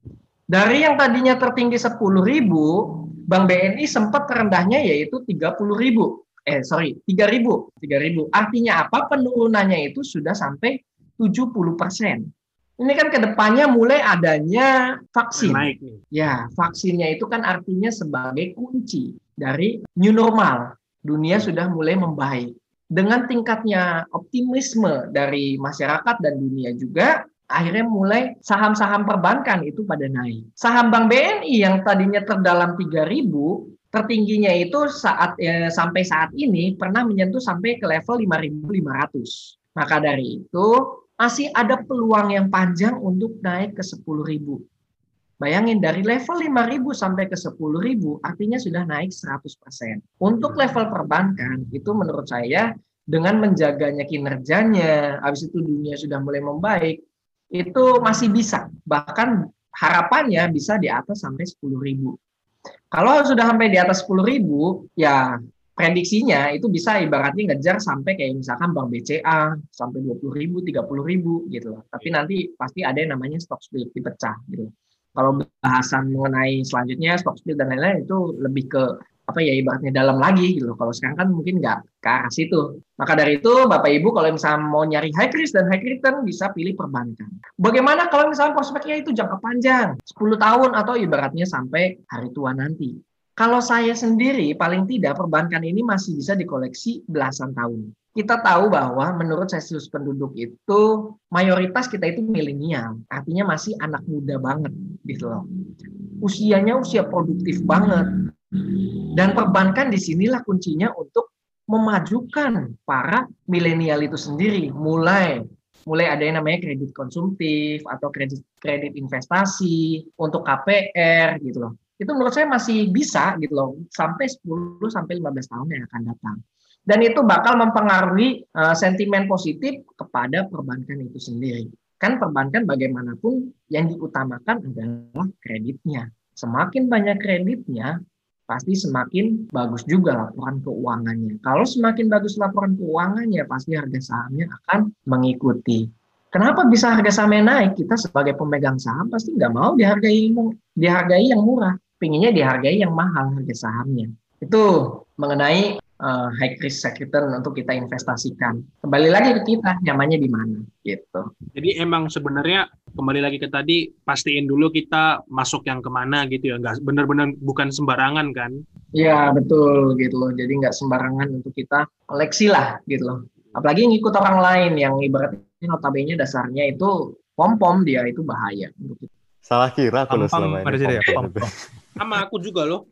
Dari yang tadinya tertinggi sepuluh ribu, Bank B N I sempat terendahnya yaitu tiga puluh ribu. Eh, sorry, tiga ribu. tiga ribu. Artinya apa? Penurunannya itu sudah sampai tujuh puluh persen. Ini kan kedepannya mulai adanya vaksin. Naik nih. Ya, vaksinnya itu kan artinya sebagai kunci dari new normal. Dunia sudah mulai membaik. Dengan tingkatnya optimisme dari masyarakat dan dunia juga, akhirnya mulai saham-saham perbankan itu pada naik. Saham Bank B N I yang tadinya terdalam tiga ribu, tertingginya itu saat eh, sampai saat ini pernah menyentuh sampai ke level lima ribu lima ratus. Maka dari itu, masih ada peluang yang panjang untuk naik ke sepuluh ribu. Bayangin, dari level lima ribu sampai ke sepuluh ribu, artinya sudah naik seratus persen. Untuk level perbankan, itu menurut saya, dengan menjaganya kinerjanya, habis itu dunia sudah mulai membaik, itu masih bisa. Bahkan harapannya bisa di atas sampai sepuluh ribu. Kalau sudah sampai di atas sepuluh ribu, ya prediksinya itu bisa ibaratnya ngejar sampai kayak misalkan Bank B C A sampai dua puluh ribu, tiga puluh ribu gitu loh. Tapi nanti pasti ada yang namanya stock split dipecah gitu. Kalau bahasan mengenai selanjutnya stock split dan lain-lain itu lebih ke apa ya ibaratnya dalam lagi gitu loh. Kalau sekarang kan mungkin nggak ke arah situ. Maka dari itu Bapak Ibu kalau misalnya mau nyari high risk dan high return bisa pilih perbankan. Bagaimana kalau misalnya prospeknya itu jangka panjang, sepuluh tahun atau ibaratnya sampai hari tua nanti. Kalau saya sendiri, paling tidak perbankan ini masih bisa dikoleksi belasan tahun. Kita tahu bahwa menurut sensus penduduk itu, mayoritas kita itu milenial. Artinya masih anak muda banget. Gitu loh. Usianya usia produktif banget. Dan perbankan disinilah kuncinya untuk memajukan para milenial itu sendiri. Mulai mulai ada yang namanya kredit konsumtif atau kredit kredit investasi untuk K P R gitu loh. Itu menurut saya masih bisa gitu loh, sampai sepuluh sampai lima belas tahun yang akan datang. Dan itu bakal mempengaruhi uh, sentimen positif kepada perbankan itu sendiri. Kan perbankan bagaimanapun yang diutamakan adalah kreditnya. Semakin banyak kreditnya, pasti semakin bagus juga laporan keuangannya. Kalau semakin bagus laporan keuangannya, pasti harga sahamnya akan mengikuti. Kenapa bisa harga sahamnya naik? Kita sebagai pemegang saham pasti nggak mau dihargai, dihargai yang murah. Pinginnya dihargai yang mahal harga sahamnya. Itu mengenai uh, high risk return untuk kita investasikan. Kembali lagi ke kita, nyamannya di mana gitu. Jadi emang sebenarnya kembali lagi ke tadi, pastiin dulu kita masuk yang kemana gitu ya, nggak benar-benar bukan sembarangan kan? Iya betul gitu loh. Jadi nggak sembarangan untuk kita koleksi lah gitu loh. Apalagi ngikut orang lain yang ibaratnya notabene dasarnya itu pom-pom, dia itu bahaya untuk kita. Salah kira aku loh selama ini. Ya, sama aku juga loh.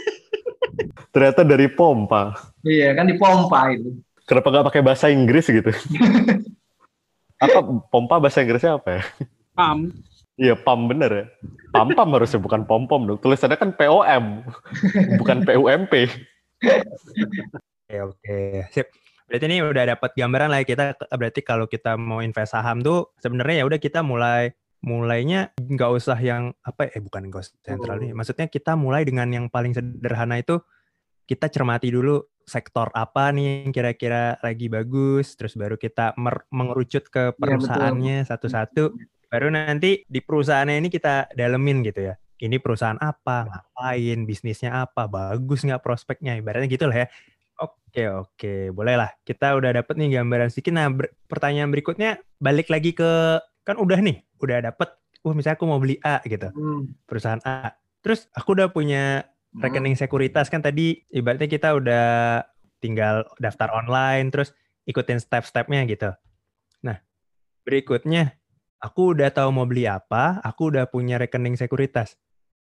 Ternyata dari pompa. Iya kan dipompa itu. Kenapa nggak pakai bahasa Inggris gitu? Apa pompa bahasa Inggrisnya apa ya? Pam. Iya pam bener ya. Pam pam harusnya bukan pom pom dong. Tulisannya kan P O M, bukan P U M P. Oke oke sip. Berarti ini udah dapat gambaran lah ya kita. Berarti kalau kita mau invest saham tuh sebenarnya ya udah kita mulai mulainya nggak usah yang apa eh bukan nggak usah sentral nih. Maksudnya kita mulai dengan yang paling sederhana itu kita cermati dulu sektor apa nih yang kira-kira lagi bagus, terus baru kita mer- mengerucut ke perusahaannya ya, satu-satu. Baru nanti di perusahaannya ini kita dalemin gitu ya. Ini perusahaan apa, ngapain, bisnisnya apa, bagus nggak prospeknya, ibaratnya gitu lah ya. Oke oke, boleh lah. Kita udah dapet nih gambaran sedikit. Nah ber- pertanyaan berikutnya balik lagi ke kan udah nih, udah dapet, wah misalnya aku mau beli A gitu, hmm. perusahaan A. Terus aku udah punya rekening sekuritas, kan tadi ibaratnya kita udah tinggal daftar online, terus ikutin step-stepnya gitu. Nah, berikutnya, aku udah tahu mau beli apa, aku udah punya rekening sekuritas.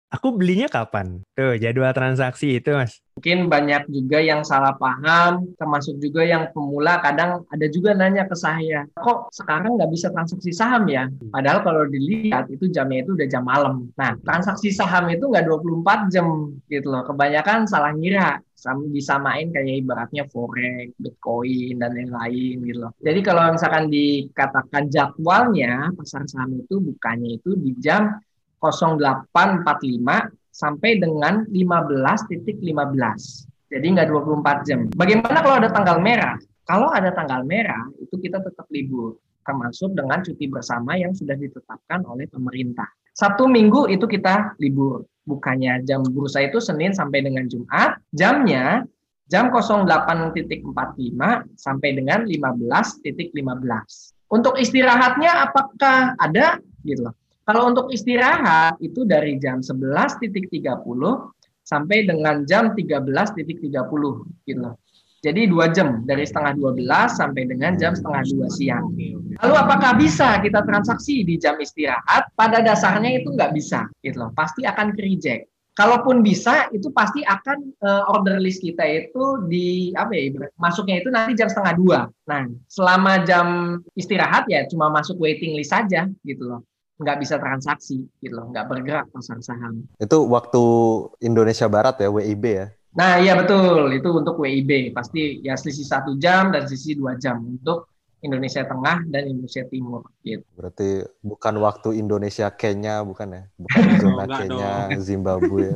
Aku belinya kapan? Tuh, jadwal transaksi itu, Mas. Mungkin banyak juga yang salah paham, termasuk juga yang pemula kadang ada juga nanya ke saya, kok sekarang nggak bisa transaksi saham ya? Padahal kalau dilihat itu jamnya itu udah jam malam. Nah, transaksi saham itu nggak dua puluh empat jam gitu loh. Kebanyakan salah ngira. Disamain kayak ibaratnya forex, bitcoin, dan lain-lain gitu loh. Jadi kalau misalkan dikatakan jadwalnya, pasar saham itu bukanya itu di jam nol delapan empat puluh lima sampai dengan lima belas lima belas. Jadi nggak dua puluh empat jam. Bagaimana kalau ada tanggal merah? Kalau ada tanggal merah, itu kita tetap libur. Termasuk dengan cuti bersama yang sudah ditetapkan oleh pemerintah. Sabtu Minggu itu kita libur. Bukannya jam bursa itu Senin sampai dengan Jumat, jamnya jam nol delapan empat puluh lima sampai dengan lima belas lima belas. Untuk istirahatnya apakah ada? Gitu loh. Kalau untuk istirahat itu dari jam sebelas tiga puluh sampai dengan jam tiga belas tiga puluh gitu loh. Jadi dua jam, dari setengah dua belas sampai dengan jam setengah dua siang. Lalu apakah bisa kita transaksi di jam istirahat? Pada dasarnya itu nggak bisa, gitu loh. Pasti akan ke-reject. Kalaupun bisa, itu pasti akan uh, order list kita itu di apa ya? Masuknya itu nanti jam setengah dua. Nah, selama jam istirahat ya cuma masuk waiting list saja, gitu loh. Nggak bisa transaksi, gitu loh. Nggak bergerak pasar saham. Itu waktu Indonesia Barat ya, W I B ya? Nah, iya betul. Itu untuk W I B. Pasti ya selisih satu jam dan selisih dua jam untuk Indonesia Tengah dan Indonesia Timur. Gitu. Berarti bukan waktu Indonesia Kenya, bukan ya? Bukan zona Kenya, Zimbabwe.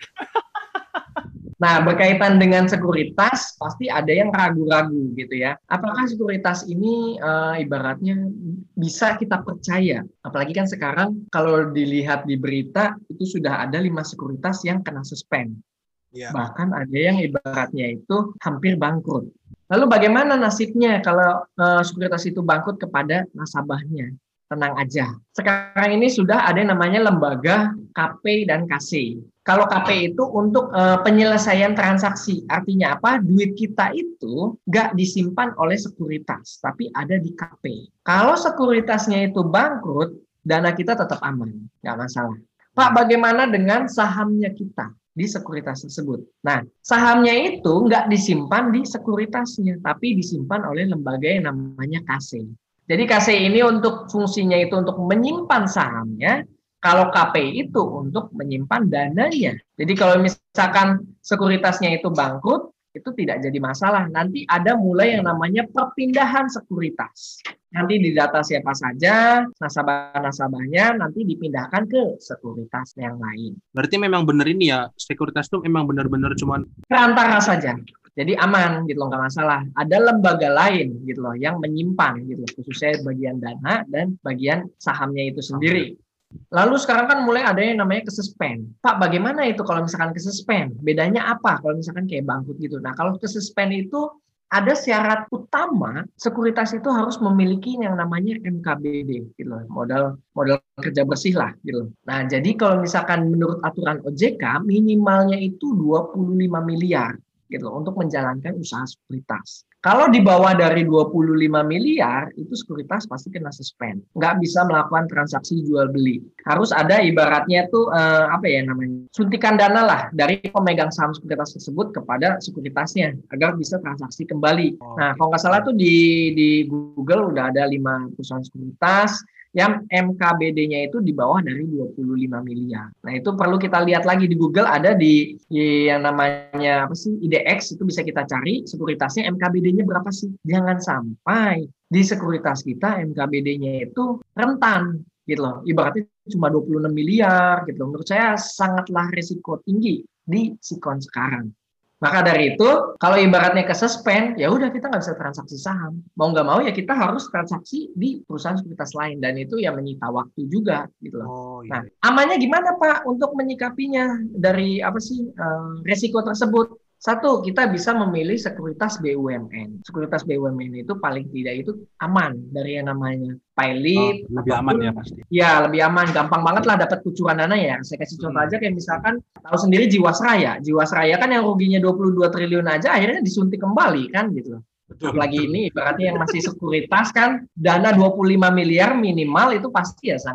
Nah, berkaitan dengan sekuritas, pasti ada yang ragu-ragu gitu ya. Apakah sekuritas ini e, ibaratnya bisa kita percaya? Apalagi kan sekarang kalau dilihat di berita, itu sudah ada lima sekuritas yang kena suspend. Ya. Bahkan ada yang ibaratnya itu hampir bangkrut. Lalu bagaimana nasibnya kalau uh, sekuritas itu bangkrut kepada nasabahnya? Tenang aja. Sekarang ini sudah ada yang namanya lembaga K P dan K C. Kalau K P itu untuk uh, penyelesaian transaksi. Artinya apa? Duit kita itu nggak disimpan oleh sekuritas, tapi ada di K P. Kalau sekuritasnya itu bangkrut, dana kita tetap aman. Nggak masalah. Pak, bagaimana dengan sahamnya kita di sekuritas tersebut? Nah, sahamnya itu nggak disimpan di sekuritasnya, tapi disimpan oleh lembaga yang namanya K C. Jadi K C ini untuk fungsinya itu untuk menyimpan sahamnya, kalau K P itu untuk menyimpan dananya. Jadi kalau misalkan sekuritasnya itu bangkrut, itu tidak jadi masalah. Nanti ada mulai yang namanya perpindahan sekuritas. Nanti di data siapa saja, nasabah-nasabahnya nanti dipindahkan ke sekuritas yang lain. Berarti memang benar ini ya, sekuritas itu memang benar-benar cuman perantara saja. Jadi aman gitu loh, nggak masalah. Ada lembaga lain gitu loh yang menyimpan gitu loh, khususnya bagian dana dan bagian sahamnya itu sendiri. Lalu sekarang kan mulai ada yang namanya kesuspend. Pak, bagaimana itu kalau misalkan kesuspend? Bedanya apa kalau misalkan kayak bangkrut gitu? Nah, kalau kesuspend itu ada syarat utama, sekuritas itu harus memiliki yang namanya M K B D, gitu loh, modal modal kerja bersih lah, gitu loh. Nah, jadi kalau misalkan menurut aturan O J K minimalnya itu dua puluh lima miliar, gitu loh, untuk menjalankan usaha sekuritas. Kalau di bawah dari dua puluh lima miliar, itu sekuritas pasti kena suspend. Nggak bisa melakukan transaksi jual beli. Harus ada ibaratnya tuh eh, apa ya namanya, suntikan dana lah dari pemegang saham sekuritas tersebut kepada sekuritasnya agar bisa transaksi kembali. Nah, kalau nggak salah tuh di di Google udah ada lima perusahaan sekuritas yang M K B D-nya itu di bawah dari dua puluh lima miliar. Nah, itu perlu kita lihat lagi di Google, ada di, di yang namanya apa sih, I D X, itu bisa kita cari sekuritasnya M K B D-nya berapa sih. Jangan sampai di sekuritas kita M K B D-nya itu rentan gitu loh. Ibaratnya cuma dua puluh enam miliar gitu loh. Menurut saya sangatlah risiko tinggi di sikon sekarang. Maka dari itu, kalau ibaratnya ke suspend, ya udah kita nggak bisa transaksi saham. Mau nggak mau ya kita harus transaksi di perusahaan sekuritas lain, dan itu ya menyita waktu juga, gitu loh. Oh, iya. Nah, amannya gimana Pak untuk menyikapinya dari apa sih uh, resiko tersebut? Satu, kita bisa memilih sekuritas B U M N. Sekuritas B U M N itu paling tidak itu aman dari yang namanya pilot. Oh, lebih aman ya pasti. Ya, lebih aman. Gampang banget lah dapat kucuran dana ya. Saya kasih contoh hmm. aja kayak misalkan tahu sendiri Jiwasraya. Jiwasraya kan yang ruginya dua puluh dua triliun aja akhirnya disuntik kembali kan gitu. Betul, Apalagi betul. Ini ibaratnya yang masih sekuritas kan dana dua puluh lima miliar minimal itu pasti ya sangat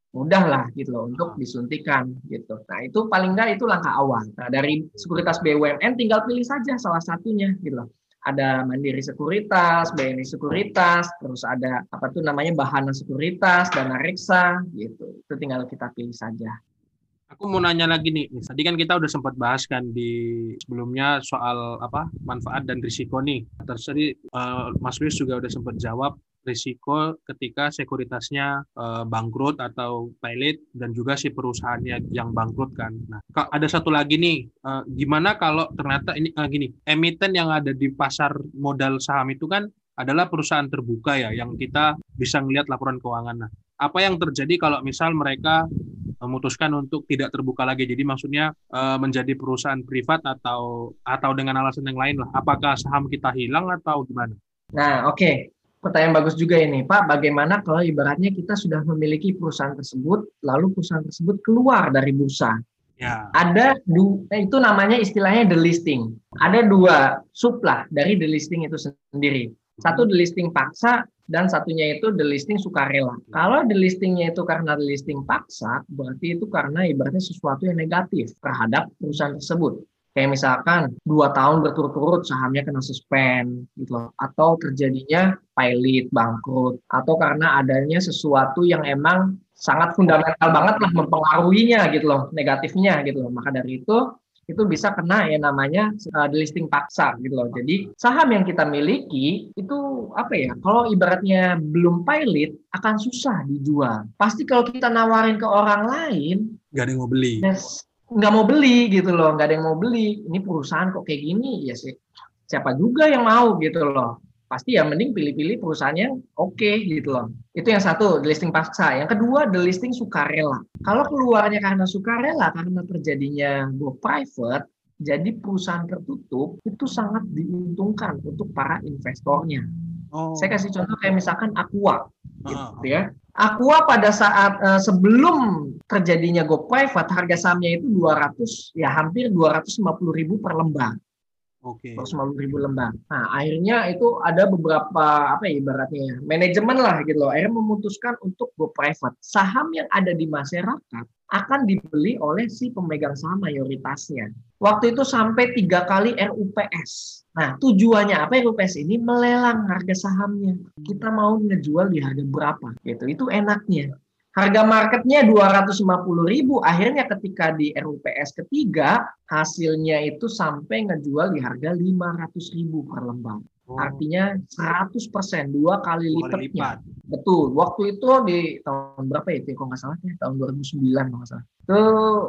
mudah lah gitu loh untuk disuntikan gitu. Nah itu paling nggak itu langkah awal. Nah dari sekuritas B U M N tinggal pilih saja salah satunya gitu loh. Ada Mandiri Sekuritas, B N I Sekuritas, terus ada apa tuh namanya Bahana Sekuritas, Dana Reksa gitu. Itu tinggal kita pilih saja. Aku mau nanya lagi nih, tadi kan kita udah sempat bahas kan di sebelumnya soal apa manfaat dan risiko nih. Terus tadi uh, Mas Luis juga udah sempat jawab risiko ketika sekuritasnya uh, bangkrut atau pilot dan juga si perusahaannya yang bangkrut kan. Nah, ada satu lagi nih, uh, gimana kalau ternyata ini uh, gini, emiten yang ada di pasar modal saham itu kan adalah perusahaan terbuka ya, yang kita bisa ngelihat laporan keuangan. Nah, apa yang terjadi kalau misal mereka memutuskan untuk tidak terbuka lagi, jadi maksudnya uh, menjadi perusahaan privat atau atau dengan alasan yang lain lah, apakah saham kita hilang atau gimana? Nah, oke, okay. Pertanyaan bagus juga ini, Pak. Bagaimana kalau ibaratnya kita sudah memiliki perusahaan tersebut, lalu perusahaan tersebut keluar dari bursa? Ya. Ada du- itu namanya istilahnya delisting. Ada dua sub lah dari delisting itu sendiri. Satu delisting paksa dan satunya itu delisting sukarela. Kalau delistingnya itu karena delisting paksa, berarti itu karena ibaratnya sesuatu yang negatif terhadap perusahaan tersebut. Kayak misalkan dua tahun berturut-turut sahamnya kena suspend gitu loh, atau terjadinya pilot bangkrut, atau karena adanya sesuatu yang emang sangat fundamental banget lah mempengaruhinya gitu loh, negatifnya gitu loh. Maka dari itu itu bisa kena ya namanya uh, delisting paksa gitu loh. Jadi saham yang kita miliki itu apa ya? Kalau ibaratnya belum pilot akan susah dijual. Pasti kalau kita nawarin ke orang lain, nggak ada yang mau beli. Yes, nggak mau beli gitu loh, nggak ada yang mau beli. Ini perusahaan kok kayak gini, ya sih. Siapa juga yang mau gitu loh. Pasti ya mending pilih-pilih perusahaannya oke okay, gitu loh. Itu yang satu, delisting paksa. Yang kedua, delisting sukarela. Kalau keluarnya karena sukarela, karena terjadinya go private, jadi perusahaan tertutup, itu sangat diuntungkan untuk para investornya. Oh. Saya kasih contoh kayak misalkan Aqua, gitu ya. Aqua pada saat uh, sebelum terjadinya go private, harga sahamnya itu dua ratus, ya hampir dua ratus lima puluh ribu per lembar. Oke. Okay. dua ratus lima puluh ribu lembar. Nah, akhirnya itu ada beberapa apa ya ibaratnya manajemen lah gitu loh. Akhirnya memutuskan untuk go private. Saham yang ada di masyarakat akan dibeli oleh si pemegang saham mayoritasnya. Waktu itu sampai tiga kali R U P S. Nah, tujuannya apa R U P S ini? Melelang harga sahamnya. Kita mau ngejual di harga berapa? Gitu. Itu enaknya. Harga marketnya dua ratus lima puluh ribu, akhirnya ketika di R U P S ketiga, hasilnya itu sampai ngejual di harga lima ratus ribu per lembar. Oh. Artinya seratus persen, dua kali lipatnya. Betul, waktu itu di tahun berapa ya, kalau nggak salah, ya, tahun dua ribu sembilan kalau nggak salah. Itu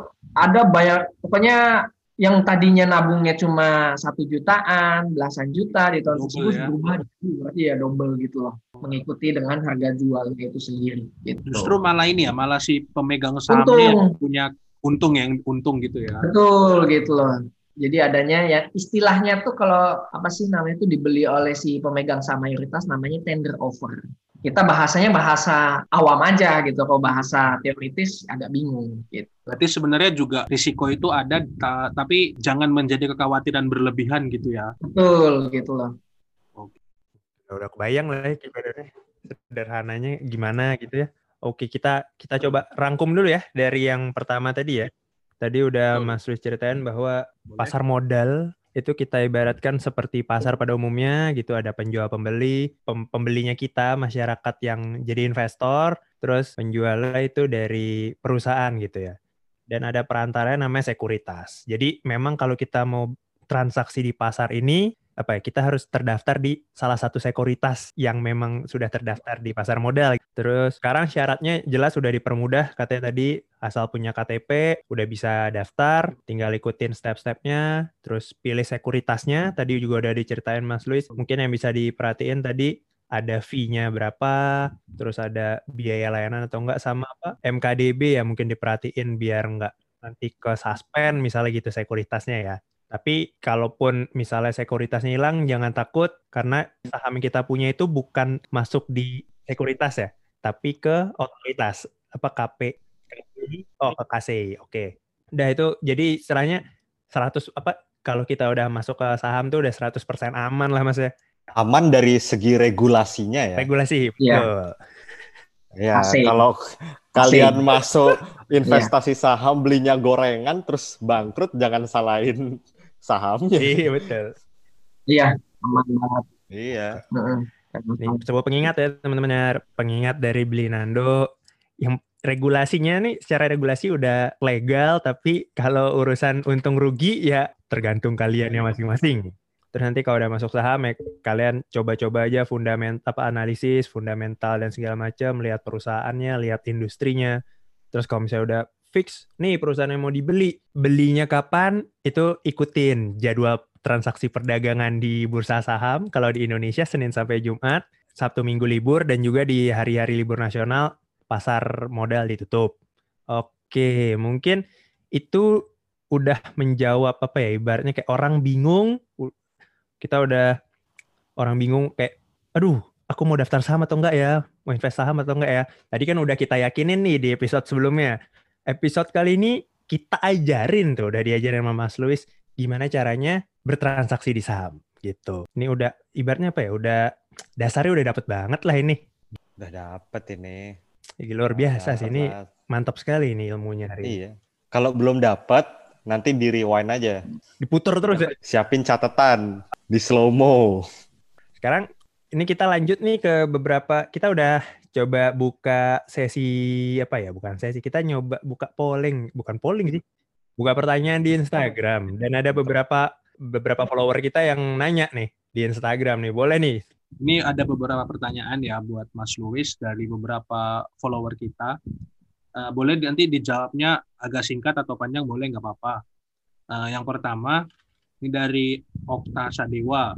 ada banyak, pokoknya yang tadinya nabungnya cuma satu jutaan, belasan juta di tahun tersebut ya. Berubah, berarti ya double gitu loh, mengikuti dengan harga jualnya itu sendiri. Gitu. Justru malah ini ya, malah si pemegang sahamnya yang punya untung yang untung gitu ya. Betul gitu loh. Jadi adanya ya istilahnya tuh kalau apa sih namanya itu dibeli oleh si pemegang saham mayoritas namanya tender offer. Kita bahasanya bahasa awam aja gitu, kalau bahasa teoritis agak bingung gitu. Berarti sebenarnya juga risiko itu ada, ta- tapi jangan menjadi kekhawatiran berlebihan gitu ya. Betul gitu loh. Oke. Udah kebayang lah ya sederhananya gimana gitu ya. Oke, kita kita coba rangkum dulu ya dari yang pertama tadi ya. Tadi udah Mas Luis ceritain bahwa Boleh. pasar modal itu kita ibaratkan seperti pasar pada umumnya gitu, ada penjual pembeli, pem- pembelinya kita masyarakat yang jadi investor, terus penjualnya itu dari perusahaan gitu ya. Dan ada perantara namanya sekuritas. Jadi memang kalau kita mau transaksi di pasar ini, apa ya, kita harus terdaftar di salah satu sekuritas yang memang sudah terdaftar di pasar modal. Terus sekarang syaratnya jelas sudah dipermudah, katanya tadi asal punya K T P udah bisa daftar, tinggal ikutin step-stepnya, terus pilih sekuritasnya. Tadi juga udah diceritain Mas Luis, mungkin yang bisa diperhatiin tadi ada fee-nya berapa, terus ada biaya layanan atau enggak, sama apa M K D B ya mungkin diperhatiin biar enggak nanti ke suspend misalnya gitu sekuritasnya ya. Tapi kalaupun misalnya sekuritasnya hilang, jangan takut karena saham yang kita punya itu bukan masuk di sekuritas ya, tapi ke otoritas apa K P, oh ke K C I, oke. Udah itu jadi istilahnya seratus apa kalau kita udah masuk ke saham tuh udah seratus persen aman lah Mas ya. Aman dari segi regulasinya ya. Regulasi, ya. Ya, kalau kalian Asik. masuk Iya. investasi saham belinya gorengan terus bangkrut, jangan salahin sahamnya. Iya betul. Iya, aman banget. Iya. Heeh. Nih, sebuah pengingat ya teman-teman ya, pengingat dari Belinando yang regulasinya nih secara regulasi udah legal, tapi kalau urusan untung rugi ya tergantung kaliannya masing-masing. Terus nanti kalau udah masuk saham ya kalian coba-coba aja fundamental apa analisis, fundamental dan segala macam, lihat perusahaannya, lihat industrinya. Terus kalau misalnya udah fix nih perusahaan yang mau dibeli, belinya kapan itu ikutin jadwal transaksi perdagangan di bursa saham. Kalau di Indonesia Senin sampai Jumat, Sabtu Minggu libur, dan juga di hari-hari libur nasional pasar modal ditutup. Oke, mungkin itu udah menjawab apa ya, ibaratnya kayak orang bingung, kita udah orang bingung kayak, aduh, aku mau daftar saham atau enggak ya, mau invest saham atau enggak ya. Tadi kan udah kita yakinin nih di episode sebelumnya. Episode kali ini kita ajarin tuh, udah diajarin sama Mas Luis gimana caranya bertransaksi di saham gitu. Ini udah ibaratnya apa ya, udah dasarnya udah dapet banget lah ini. Udah dapet ini. Jadi luar biasa sih ini, Dapet. mantap sekali ini ilmunya hari ini. Iya. Kalau belum dapat, nanti di rewind aja. Diputer terus ya. Siapin catatan di slow mo. Sekarang ini kita lanjut nih ke beberapa, kita udah coba buka sesi apa ya, bukan sesi, kita nyoba buka polling, bukan polling sih, buka pertanyaan di Instagram, dan ada beberapa beberapa follower kita yang nanya nih di Instagram nih, boleh nih. Ini ada beberapa pertanyaan ya buat Mas Luis dari beberapa follower kita. Uh, boleh nanti dijawabnya agak singkat atau panjang, boleh nggak apa-apa. Uh, yang pertama, ini dari Okta Sadewa.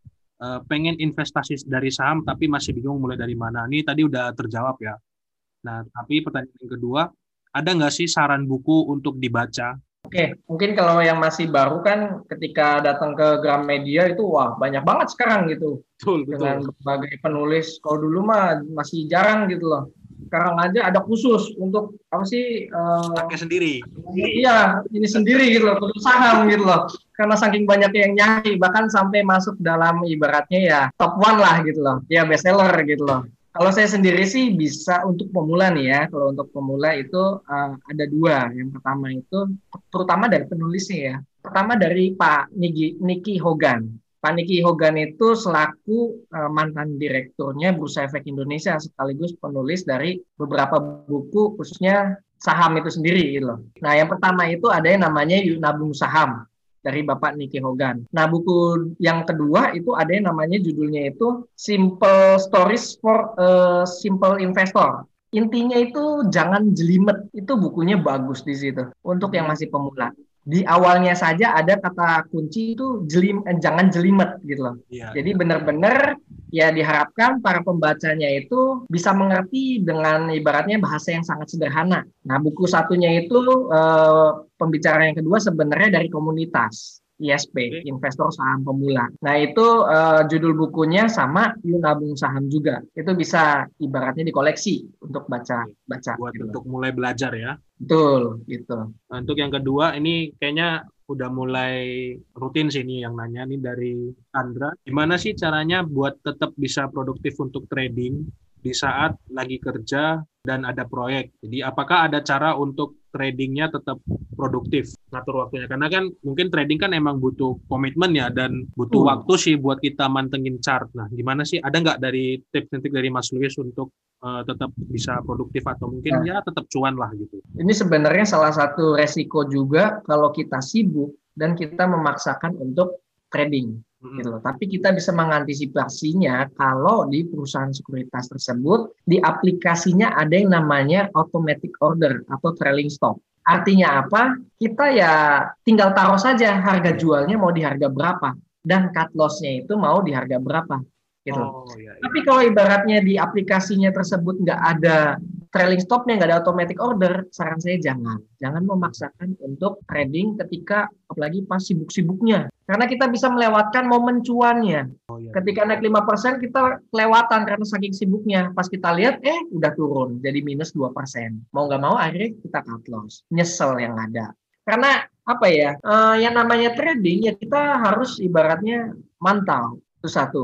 Uh, pengen investasi dari saham tapi masih bingung mulai dari mana. Ini tadi udah terjawab ya. Nah, tapi pertanyaan yang kedua, ada nggak sih saran buku untuk dibaca? Oke, mungkin kalau yang masih baru kan ketika datang ke Gramedia itu wah banyak banget sekarang gitu. Betul, Dengan betul. berbagai penulis. Kalau dulu mah masih jarang gitu loh. Sekarang aja ada khusus untuk apa sih? Uh, Pakai sendiri. Iya, ini sendiri gitu loh, khusus saham gitu loh. Karena saking banyak yang nyari, bahkan sampai masuk dalam ibaratnya ya top one lah gitu loh. Ya bestseller gitu loh. Kalau saya sendiri sih bisa untuk pemula nih ya. Kalau untuk pemula itu uh, ada dua. Yang pertama itu terutama dari penulisnya ya. Pertama dari Pak Niki, Nicky Hogan. Pak Nicky Hogan itu selaku uh, mantan direkturnya Bursa Efek Indonesia sekaligus penulis dari beberapa buku khususnya saham itu sendiri gitu loh. Nah, yang pertama itu ada yang namanya Yuk Nabung Saham dari Bapak Nicky Hogan. Nah, buku yang kedua itu ada yang namanya judulnya itu Simple Stories for a Simple Investor. Intinya itu jangan jelimet. Itu bukunya bagus di situ untuk yang masih pemula. Di awalnya saja ada kata kunci itu jelim, eh, jangan jelimet gitu loh. Ya, Jadi ya. benar-benar ya diharapkan para pembacanya itu bisa mengerti dengan ibaratnya bahasa yang sangat sederhana. Nah, buku satunya itu eh, pembicara yang kedua sebenarnya dari komunitas I S P, Investor Saham Pemula. Nah, itu eh, judul bukunya sama Yuk Nabung Saham juga. Itu bisa ibaratnya dikoleksi untuk baca baca buat gitu. untuk mulai belajar ya. Betul, gitu. Nah, untuk yang kedua ini kayaknya udah mulai rutin sih ini yang nanya nih dari Andra. Gimana sih caranya buat tetap bisa produktif untuk trading di saat lagi kerja dan ada proyek? Jadi apakah ada cara untuk tradingnya tetap produktif, ngatur waktunya? Karena kan mungkin trading kan emang butuh komitmen ya dan butuh hmm. waktu sih buat kita mantengin chart. Nah, gimana sih? Ada nggak dari tips-tips dari Mas Luis untuk uh, tetap bisa produktif atau mungkin nah. ya tetap cuan lah gitu? Ini sebenarnya salah satu resiko juga kalau kita sibuk dan kita memaksakan untuk trading. Mm-hmm. Gitu. Tapi kita bisa mengantisipasinya kalau di perusahaan sekuritas tersebut di aplikasinya ada yang namanya automatic order atau trailing stop. Artinya apa? Kita ya tinggal taruh saja harga jualnya mau di harga berapa dan cut loss-nya itu mau di harga berapa. Gitu. Oh, iya, iya. Tapi kalau ibaratnya di aplikasinya tersebut nggak ada trailing stop-nya, nggak ada automatic order, saran saya jangan. Jangan memaksakan untuk trading ketika apalagi pas sibuk-sibuknya. Karena kita bisa melewatkan momen cuannya. Oh, iya. Ketika naik lima persen kita kelewatan karena saking sibuknya. Pas kita lihat, eh udah turun jadi minus dua persen. Mau nggak mau akhirnya kita cut loss. Nyesel yang ada. Karena apa ya, uh, yang namanya trading ya kita harus ibaratnya mantau. Itu satu.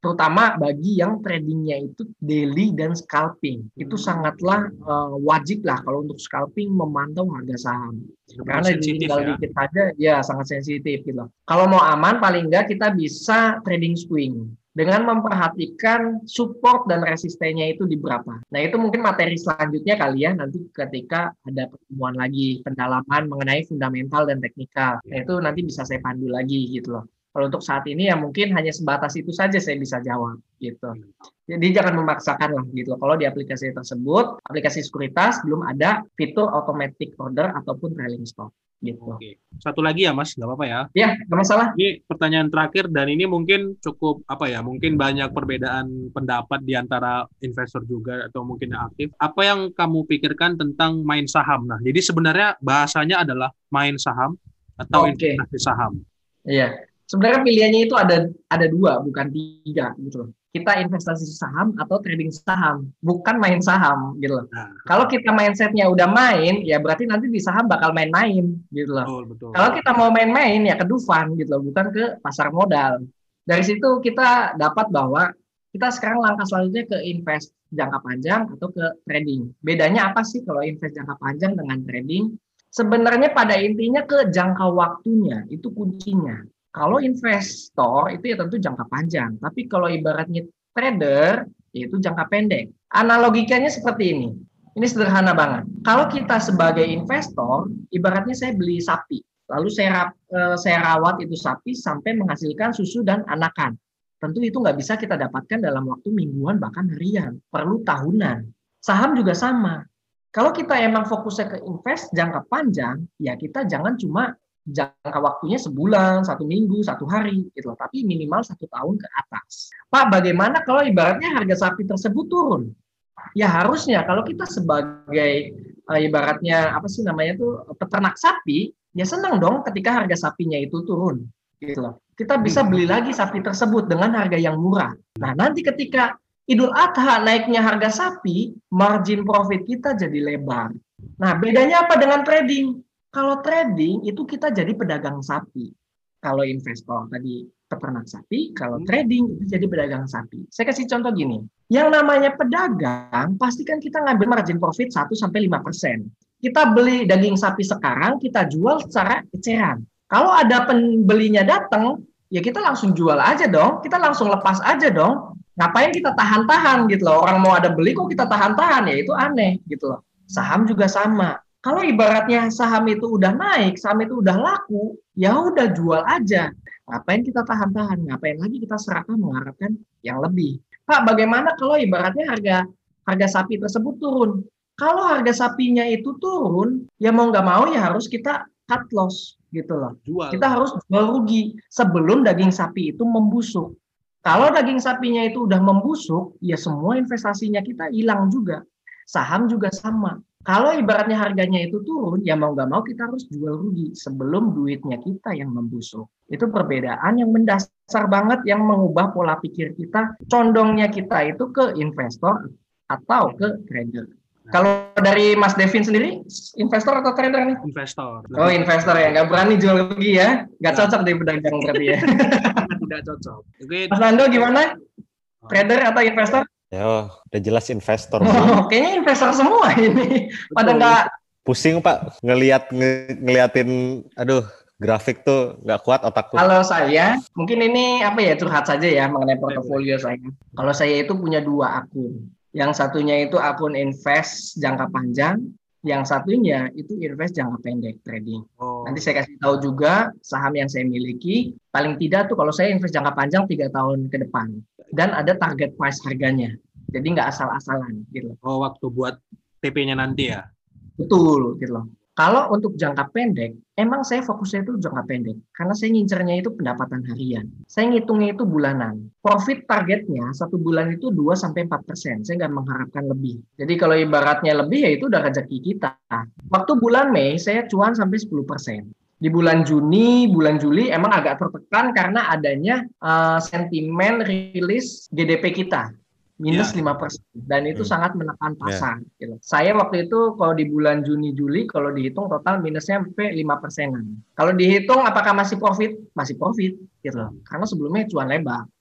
terutama bagi yang tradingnya itu daily dan scalping. Itu sangatlah uh, wajib lah kalau untuk scalping memantau harga saham. Karena tinggal ya. Dikit aja, ya sangat sensitif gitu. Kalau mau aman, paling enggak kita bisa trading swing dengan memperhatikan support dan resistennya itu di berapa. Nah itu mungkin materi selanjutnya kali ya, nanti ketika ada pertemuan lagi, pendalaman mengenai fundamental dan teknikal. Nah itu nanti bisa saya pandu lagi gitu loh. Kalau untuk saat ini ya mungkin hanya sebatas itu saja saya bisa jawab gitu. Jadi jangan memaksakan lah gitu. Kalau di aplikasi tersebut, aplikasi sekuritas belum ada fitur automatic order ataupun trailing stop gitu. Oke. Satu lagi ya Mas, nggak apa-apa ya? Ya, nggak masalah. Ini pertanyaan terakhir dan ini mungkin cukup apa ya? Mungkin banyak perbedaan pendapat di antara investor juga atau mungkin yang aktif. Apa yang kamu pikirkan tentang main saham? Nah, jadi sebenarnya bahasanya adalah main saham atau Oke. investasi saham. Iya. Sebenarnya pilihannya itu ada ada dua, bukan tiga gitu loh. Kita investasi saham atau trading saham, bukan main saham gitu loh. Nah, kalau kita mindsetnya udah main, ya berarti nanti di saham bakal main-main gitu loh. Betul, betul. Kalau kita mau main-main ya ke Dufan gitu loh, bukan ke pasar modal. Dari situ kita dapat bahwa kita sekarang langkah selanjutnya ke invest jangka panjang atau ke trading. Bedanya apa sih kalau invest jangka panjang dengan trading? Sebenarnya pada intinya ke jangka waktunya, itu kuncinya. Kalau investor itu ya tentu jangka panjang, tapi kalau ibaratnya trader itu jangka pendek. Analogikannya seperti ini. Ini sederhana banget. Kalau kita sebagai investor, ibaratnya saya beli sapi, lalu saya saya rawat itu sapi sampai menghasilkan susu dan anakan. Tentu itu nggak bisa kita dapatkan dalam waktu mingguan bahkan harian, perlu tahunan. Saham juga sama. Kalau kita emang fokusnya ke invest jangka panjang, ya kita jangan cuma jangka waktunya sebulan, satu minggu, satu hari, gitu loh. Tapi minimal satu tahun ke atas. Pak, bagaimana kalau ibaratnya harga sapi tersebut turun? Ya harusnya kalau kita sebagai uh, ibaratnya apa sih namanya tuh peternak sapi, ya senang dong ketika harga sapinya itu turun, gitu loh. Kita bisa beli lagi sapi tersebut dengan harga yang murah. Nah nanti ketika Idul Adha naiknya harga sapi, margin profit kita jadi lebar. Nah bedanya apa dengan trading? Kalau trading itu kita jadi pedagang sapi. Kalau investor tadi peternak sapi, kalau trading itu jadi pedagang sapi. Saya kasih contoh gini. Yang namanya pedagang, pasti kan kita ngambil margin profit satu sampai lima persen. Kita beli daging sapi sekarang, kita jual secara eceran. Kalau ada pembelinya datang, ya kita langsung jual aja dong. Kita langsung lepas aja dong. Ngapain kita tahan-tahan gitu loh. Orang mau ada beli kok kita tahan-tahan, ya itu aneh gitu loh. Saham juga sama. Kalau ibaratnya saham itu udah naik, saham itu udah laku, ya udah jual aja. Ngapain kita tahan-tahan? Ngapain lagi kita serakah mengharapkan yang lebih? Pak, bagaimana kalau ibaratnya harga harga sapi tersebut turun? Kalau harga sapinya itu turun, ya mau nggak mau ya harus kita cut loss gitu loh. Jual. Kita harus jual rugi sebelum daging sapi itu membusuk. Kalau daging sapinya itu udah membusuk, ya semua investasinya kita hilang juga. Saham juga sama. Kalau ibaratnya harganya itu turun, ya mau nggak mau kita harus jual rugi sebelum duitnya kita yang membusuk. Itu perbedaan yang mendasar banget yang mengubah pola pikir kita. Condongnya kita itu ke investor atau ke trader. Nah. Kalau dari Mas Devin sendiri, investor atau trader nih? Investor. Oh investor ya, nggak berani jual rugi ya? Nggak cocok di pedagang berarti ya? Tidak cocok. Oke. Mas Nando gimana? Trader atau investor? Ya, udah jelas investor. Oh, kayaknya investor semua ini. Pada nggak pusing Pak ngelihat nge- ngeliatin, aduh grafik tuh nggak kuat otakku. Kalau saya, mungkin ini apa ya curhat saja ya mengenai portofolio saya. Kalau saya itu punya dua akun. Yang satunya itu akun invest jangka panjang, yang satunya itu invest jangka pendek trading. Oh. Nanti saya kasih tahu juga saham yang saya miliki. Paling tidak tuh kalau saya invest jangka panjang tiga tahun ke depan. Dan ada target price harganya. Jadi nggak asal-asalan gitu. Oh, waktu buat T P-nya nanti ya? Betul gitu loh. Kalau untuk jangka pendek, emang saya fokusnya itu jangka pendek. Karena saya ngincernya itu pendapatan harian. Saya ngitungnya itu bulanan. Profit targetnya satu bulan itu dua sampai empat persen. Saya nggak mengharapkan lebih. Jadi kalau ibaratnya lebih ya itu udah rezeki kita. Waktu bulan Mei saya cuan sampai sepuluh persen. Di bulan Juni, bulan Juli emang agak tertekan karena adanya uh, sentimen rilis G D P kita. Minus yeah. lima persen. Dan itu hmm. sangat menekan pasar. Yeah. Gitu. Saya waktu itu kalau di bulan Juni, Juli, kalau dihitung total minusnya sampai lima persenan. Kalau dihitung apakah masih profit? Masih profit. Gitu. Karena sebelumnya cuan lebar.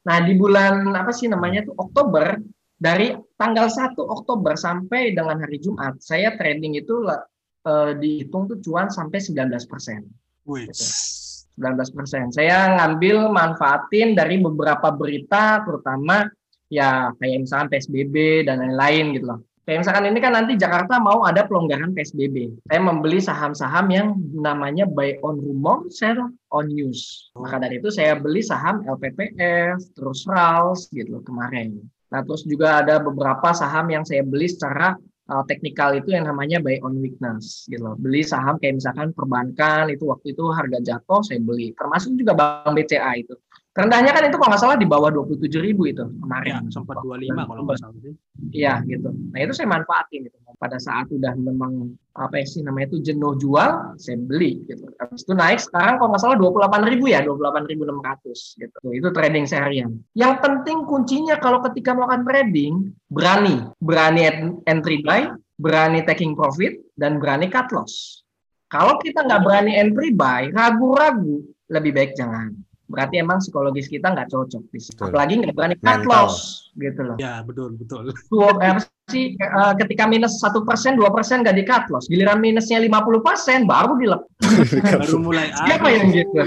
Nah, di bulan apa sih namanya tuh Oktober, dari tanggal satu Oktober sampai dengan hari Jumat, saya trading itu uh, dihitung tuh cuan sampai sembilan belas persen. Wih. Gitu. sembilan belas persen. Saya ngambil manfaatin dari beberapa berita, terutama ya kayak misalkan P S B B dan lain-lain gitu loh. Kayak misalkan ini kan nanti Jakarta mau ada pelonggaran P S B B. Saya membeli saham-saham yang namanya buy on rumor, sell on news. Maka dari itu saya beli saham L P P F, terus R A L S gitu loh kemarin. Nah, terus juga ada beberapa saham yang saya beli secara uh, teknikal itu yang namanya buy on weakness gitu loh. Beli saham kayak misalkan perbankan itu waktu itu harga jatuh saya beli. Termasuk juga Bank B C A itu. Rendahnya kan itu kalau nggak salah di bawah dua puluh tujuh ribu itu kemarin. Ya, sempat dua puluh lima kalau nggak salah sih. Iya gitu. Nah itu saya manfaatin gitu. Pada saat udah memang apa sih namanya itu jenuh jual, saya beli gitu. Habis itu naik sekarang kalau nggak salah dua puluh delapan ribu ya, dua puluh delapan ribu enam ratus gitu. Itu trading seharian. Yang penting kuncinya kalau ketika melakukan trading, berani. Berani entry buy, berani taking profit, dan berani cut loss. Kalau kita nggak berani entry buy, ragu-ragu, lebih baik jangan. Berarti emang psikologis kita nggak cocok, betul. Apalagi nggak berani cut loss, gitu loh. Ya betul betul. Tuh, eh, sih uh, ketika minus satu persen, dua persen nggak di cut loss, giliran minusnya lima puluh persen baru dilep. Baru mulai. Siapa yang gitu?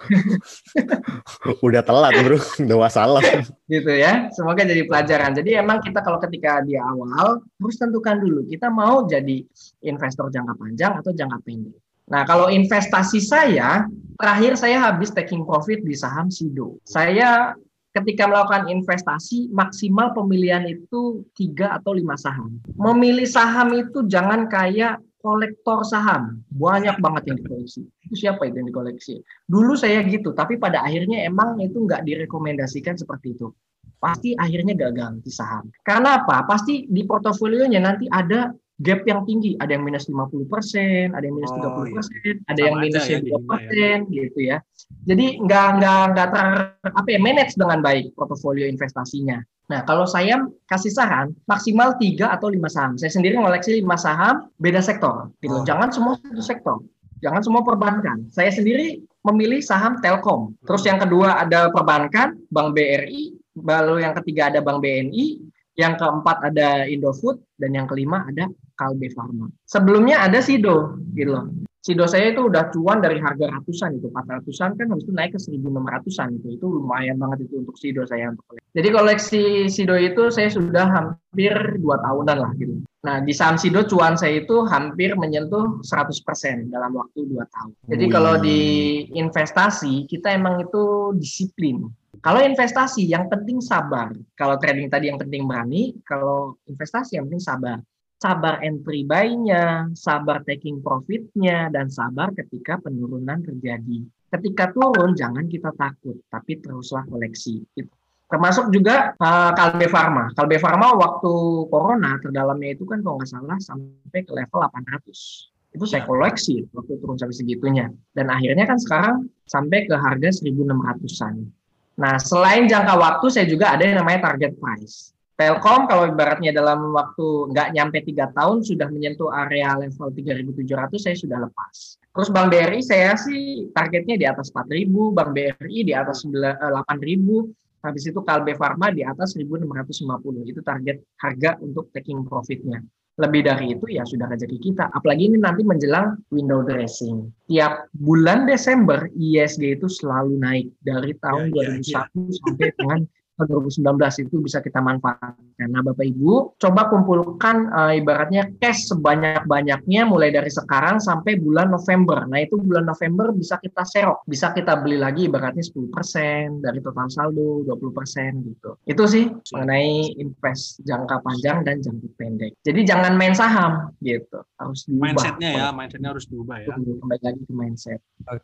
Udah telat bro, udah wassalam. Gitu ya. Semoga jadi pelajaran. Jadi emang kita kalau ketika di awal harus tentukan dulu kita mau jadi investor jangka panjang atau jangka pendek. Nah, kalau investasi saya, terakhir saya habis taking profit di saham Sido. Saya ketika melakukan investasi, maksimal pemilihan itu tiga atau lima saham. Memilih saham itu jangan kayak kolektor saham. Banyak banget yang dikoleksi. Itu siapa itu yang dikoleksi? Dulu saya gitu, tapi pada akhirnya emang itu nggak direkomendasikan seperti itu. Pasti akhirnya gagal di saham. Karena apa? Pasti di portofolionya nanti ada gap yang tinggi, ada yang minus lima puluh persen, ada yang minus tiga puluh persen, oh, iya. ada sama yang minusnya dua persen ya, gitu ya. Jadi nggak nggak nggak ter apa ya manage dengan baik portofolio investasinya. Nah, kalau saya kasih saran maksimal tiga atau lima saham. Saya sendiri ngoleksi lima saham beda sektor, gitu. Oh. Jangan semua satu sektor. Jangan semua perbankan. Saya sendiri memilih saham Telkom. Terus yang kedua ada perbankan, Bank B R I, lalu yang ketiga ada Bank B N I, yang keempat ada Indofood, dan yang kelima ada Kalbe Pharma. Sebelumnya ada Sido, gitu loh. Sido saya itu udah cuan dari harga ratusan itu, empat ratusan kan habis itu naik ke seribu enam ratusan itu. Itu lumayan banget itu untuk Sido saya untuk koleksi. Jadi koleksi Sido itu saya sudah hampir dua tahunan lah gitu. Nah, di saham Sido cuan saya itu hampir menyentuh seratus persen dalam waktu dua tahun. Jadi Wih. Kalau di investasi kita emang itu disiplin. Kalau investasi yang penting sabar. Kalau trading tadi yang penting berani, kalau investasi yang penting sabar. Sabar entry buy-nya, sabar taking profit-nya, dan sabar ketika penurunan terjadi. Ketika turun, jangan kita takut, tapi teruslah koleksi. Termasuk juga uh, Kalbe Pharma. Kalbe Pharma waktu corona, terdalamnya itu kan kalau nggak salah sampai ke level delapan ratus. Itu saya koleksi waktu turun sampai segitunya. Dan akhirnya kan sekarang sampai ke harga seribu enam ratusan. Nah, selain jangka waktu, saya juga ada yang namanya target price. Telkom kalau ibaratnya dalam waktu nggak nyampe tiga tahun sudah menyentuh area level tiga ribu tujuh ratus, saya sudah lepas. Terus Bank B R I saya sih targetnya di atas empat ribu, Bank B R I di atas delapan ribu, habis itu Kalbe Pharma di atas seribu enam ratus lima puluh. Itu target harga untuk taking profit-nya. Lebih dari itu ya sudah rezeki kita. Apalagi ini nanti menjelang window dressing. Tiap bulan Desember I S G itu selalu naik dari tahun ya, dua ribu satu ya, ya. Sampai dengan dua ribu sembilan belas itu bisa kita manfaatkan. Nah, Bapak Ibu, coba kumpulkan uh, ibaratnya cash sebanyak-banyaknya mulai dari sekarang sampai bulan November. Nah, itu bulan November bisa kita serok, bisa kita beli lagi ibaratnya sepuluh persen dari total saldo, dua puluh persen gitu. Itu sih mengenai invest jangka panjang dan jangka pendek. Jadi jangan main saham gitu. Harus diubah. Mindset-nya ya, mindset-nya harus diubah ya. Kembali lagi ke mindset.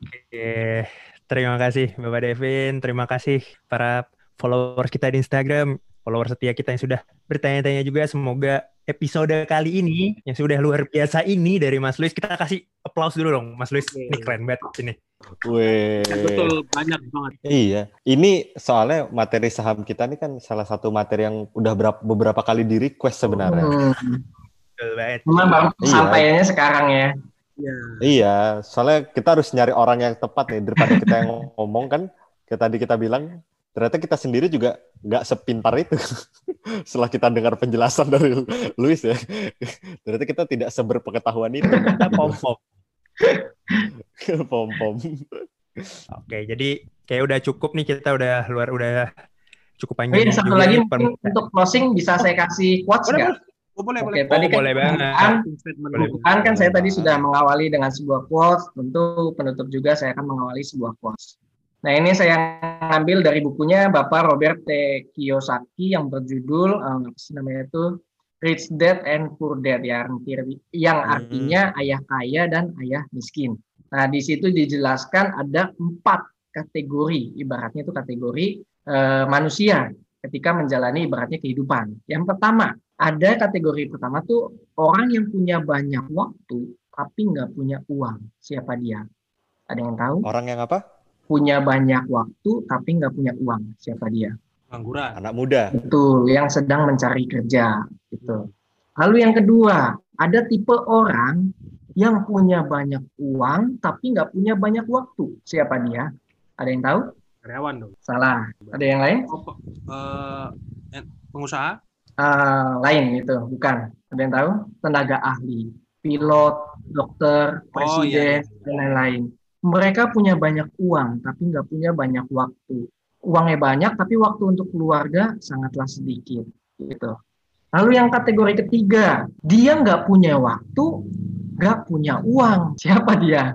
Oke. Terima kasih Bapak Devin, terima kasih para followers kita di Instagram, followers setia kita yang sudah bertanya-tanya juga. Semoga episode kali ini yang sudah luar biasa ini dari Mas Luis, kita kasih applause dulu dong Mas Luis. Ini keren banget ini. Weh. Betul, banyak banget. Iya, ini soalnya materi saham kita ini kan salah satu materi yang udah berapa, beberapa kali di request sebenarnya. Hmm. Betul banget. Memang baru sampainya sekarang ya. Ya. Iya, soalnya kita harus nyari orang yang tepat nih daripada kita yang ngomong kan. Kayak tadi kita bilang ternyata kita sendiri juga nggak sepintar itu. Setelah kita dengar penjelasan dari Luis ya, ternyata kita tidak seberpengetahuan itu. Kita pom-pom. Pom-pom. Oke, jadi kayak udah cukup nih, kita udah luar udah cukup Oh panjang. iya, satu juga lagi nih mungkin per- untuk closing bisa saya kasih quotes Boleh, nggak? Oh, boleh, Oke, boleh. tadi Oh, kan boleh banget. pembukaan, Statement Boleh. dulu. pembukaan kan saya tadi sudah mengawali dengan sebuah quotes, tentu penutup juga saya akan mengawali sebuah quotes. Nah, ini saya ngambil dari bukunya Bapak Robert T. Kiyosaki yang berjudul eh, apa sih namanya itu Rich Dad and Poor Dad, ya, yang artinya ayah kaya dan ayah miskin. Nah, di situ dijelaskan ada empat kategori, ibaratnya itu kategori eh, manusia ketika menjalani ibaratnya kehidupan. Yang pertama, ada kategori pertama tuh orang yang punya banyak waktu tapi nggak punya uang. Siapa dia? Ada yang tahu? Orang yang apa? Punya banyak waktu tapi nggak punya uang. Siapa dia? Pengangguran. Anak muda. Betul, yang sedang mencari kerja. Gitu. Lalu yang kedua, ada tipe orang yang punya banyak uang tapi nggak punya banyak waktu. Siapa dia? Ada yang tahu? Karyawan dong. Salah. Ada yang lain? Oh, pe- eh, eh, pengusaha. Ah, lain itu, bukan. Ada yang tahu? Tenaga ahli, pilot, dokter, Oh, iya, presiden, iya. dan lain-lain. Mereka punya banyak uang, tapi nggak punya banyak waktu. Uangnya banyak, tapi waktu untuk keluarga sangatlah sedikit. Gitu. Lalu yang kategori ketiga, dia nggak punya waktu, nggak punya uang. Siapa dia?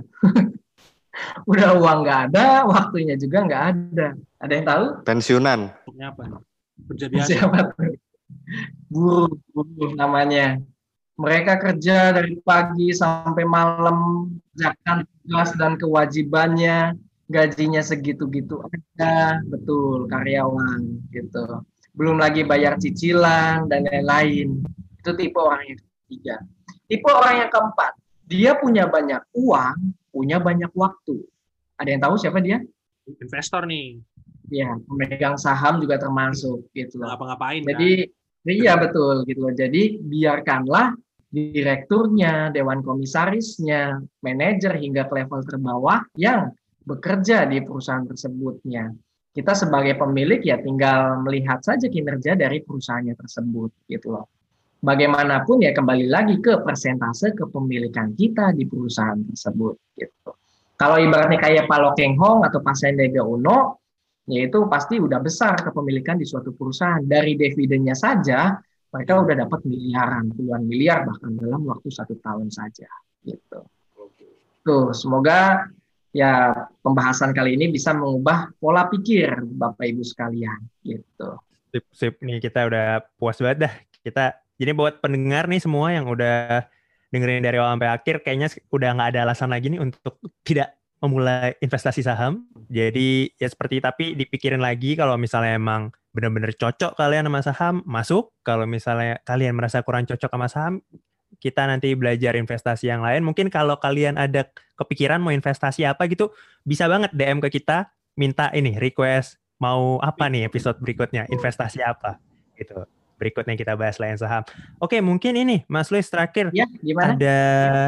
Udah uang nggak ada, waktunya juga nggak ada. Ada yang tahu? Pensiunan. Untuknya apa? Kerja biasa. Siapa tuh? Buruh, buruh namanya. Mereka kerja dari pagi sampai malam, kerjakan tugas dan kewajibannya, gajinya segitu-gitu aja, betul, karyawan gitu. Belum lagi bayar cicilan dan lain-lain. Itu tipe orang yang ketiga. Tipe orang yang keempat, dia punya banyak uang, punya banyak waktu. Ada yang tahu siapa dia? Investor nih. Ya, pemegang saham juga termasuk gitu loh. Ngapa-ngapain Jadi kan? iya betul gitu loh. Jadi biarkanlah direkturnya, dewan komisarisnya, manajer hingga ke level terbawah yang bekerja di perusahaan tersebutnya. Kita sebagai pemilik ya tinggal melihat saja kinerja dari perusahaannya tersebut gitu loh. Bagaimanapun ya kembali lagi ke persentase kepemilikan kita di perusahaan tersebut gitu. Kalau ibaratnya kayak Pak Lo Keng Hong atau Pak Sandiaga Uno, yaitu pasti udah besar kepemilikan di suatu perusahaan. Dari dividennya saja mereka udah dapat miliaran, puluhan miliar bahkan dalam waktu satu tahun saja gitu. Tuh, semoga ya pembahasan kali ini bisa mengubah pola pikir Bapak Ibu sekalian gitu. Sip, sip. Nih kita udah puas banget dah. Kita jadi buat pendengar nih semua yang udah dengerin dari awal sampai akhir, kayaknya udah nggak ada alasan lagi nih untuk tidak memulai investasi saham. Jadi ya seperti tapi dipikirin lagi kalau misalnya emang benar-benar cocok kalian sama saham, masuk. Kalau misalnya kalian merasa kurang cocok sama saham, kita nanti belajar investasi yang lain. Mungkin kalau kalian ada kepikiran mau investasi apa gitu, bisa banget D M ke kita, minta ini request mau apa nih episode berikutnya, investasi apa gitu. Berikutnya kita bahas lain saham. Oke, mungkin ini Mas Luis terakhir. Ya, gimana? Ada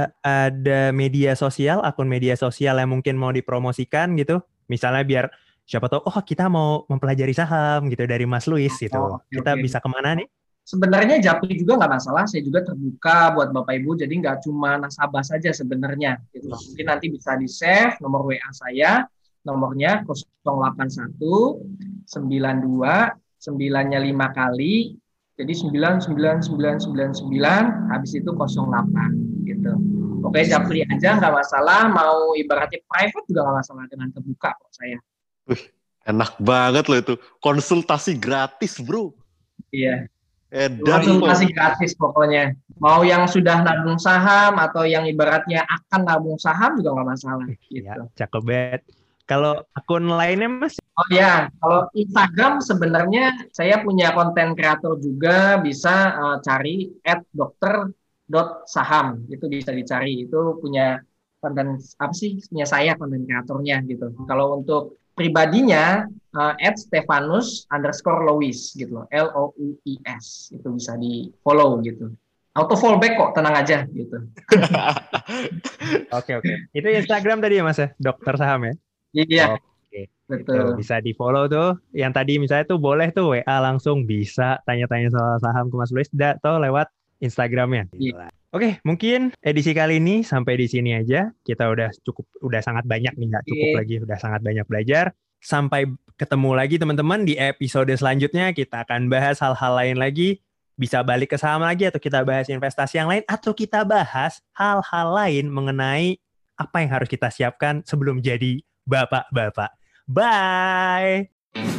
ada media sosial, akun media sosial yang mungkin mau dipromosikan gitu. Misalnya biar siapa tahu, oh kita mau mempelajari saham gitu dari Mas Luis gitu. Oh, oke, kita oke. bisa kemana nih? Sebenarnya Japri juga nggak masalah, saya juga terbuka buat Bapak Ibu, jadi nggak cuma nasabah saja sebenarnya. Gitu. Mungkin nanti bisa di-save nomor W A saya, nomornya nol delapan satu sembilan dua sembilannya lima kali, jadi sembilan sembilan sembilan sembilan sembilan, habis itu nol delapan gitu. Oke, Japri aja nggak masalah, mau ibaratnya private juga nggak masalah dengan terbuka kok saya. Wih, enak banget loh itu. Konsultasi gratis, bro. Iya. Edan Konsultasi gratis pokoknya. Mau yang sudah nabung saham atau yang ibaratnya akan nabung saham juga nggak masalah. Gitu. Ya, cakep banget. Kalau akun lainnya Mas? Oh ya, kalau Instagram sebenarnya saya punya konten kreator juga, bisa uh, cari at dokter dot saham, itu bisa dicari. Itu punya konten apa sih? Punya saya konten kreatornya gitu. Kalau untuk pribadinya uh, at Stefanus underscore Lois gitu loh, L O U I S, itu bisa di follow gitu. Auto fallback kok, tenang aja gitu. Oke oke. Itu Instagram tadi ya Mas ya, dokter saham ya? Iya. Oke. Betul. Tuh, bisa di follow tuh. Yang tadi misalnya tuh boleh tuh W A langsung, bisa tanya-tanya soal saham ke Mas Luis atau lewat Instagramnya. Iya. Oke, mungkin edisi kali ini sampai di sini aja. Kita udah cukup, udah sangat banyak nih, nggak cukup Oke. lagi, udah sangat banyak belajar. Sampai ketemu lagi teman-teman di episode selanjutnya. Kita akan bahas hal-hal lain lagi. Bisa balik ke saham lagi, atau kita bahas investasi yang lain, atau kita bahas hal-hal lain mengenai apa yang harus kita siapkan sebelum jadi bapak-bapak. Bye!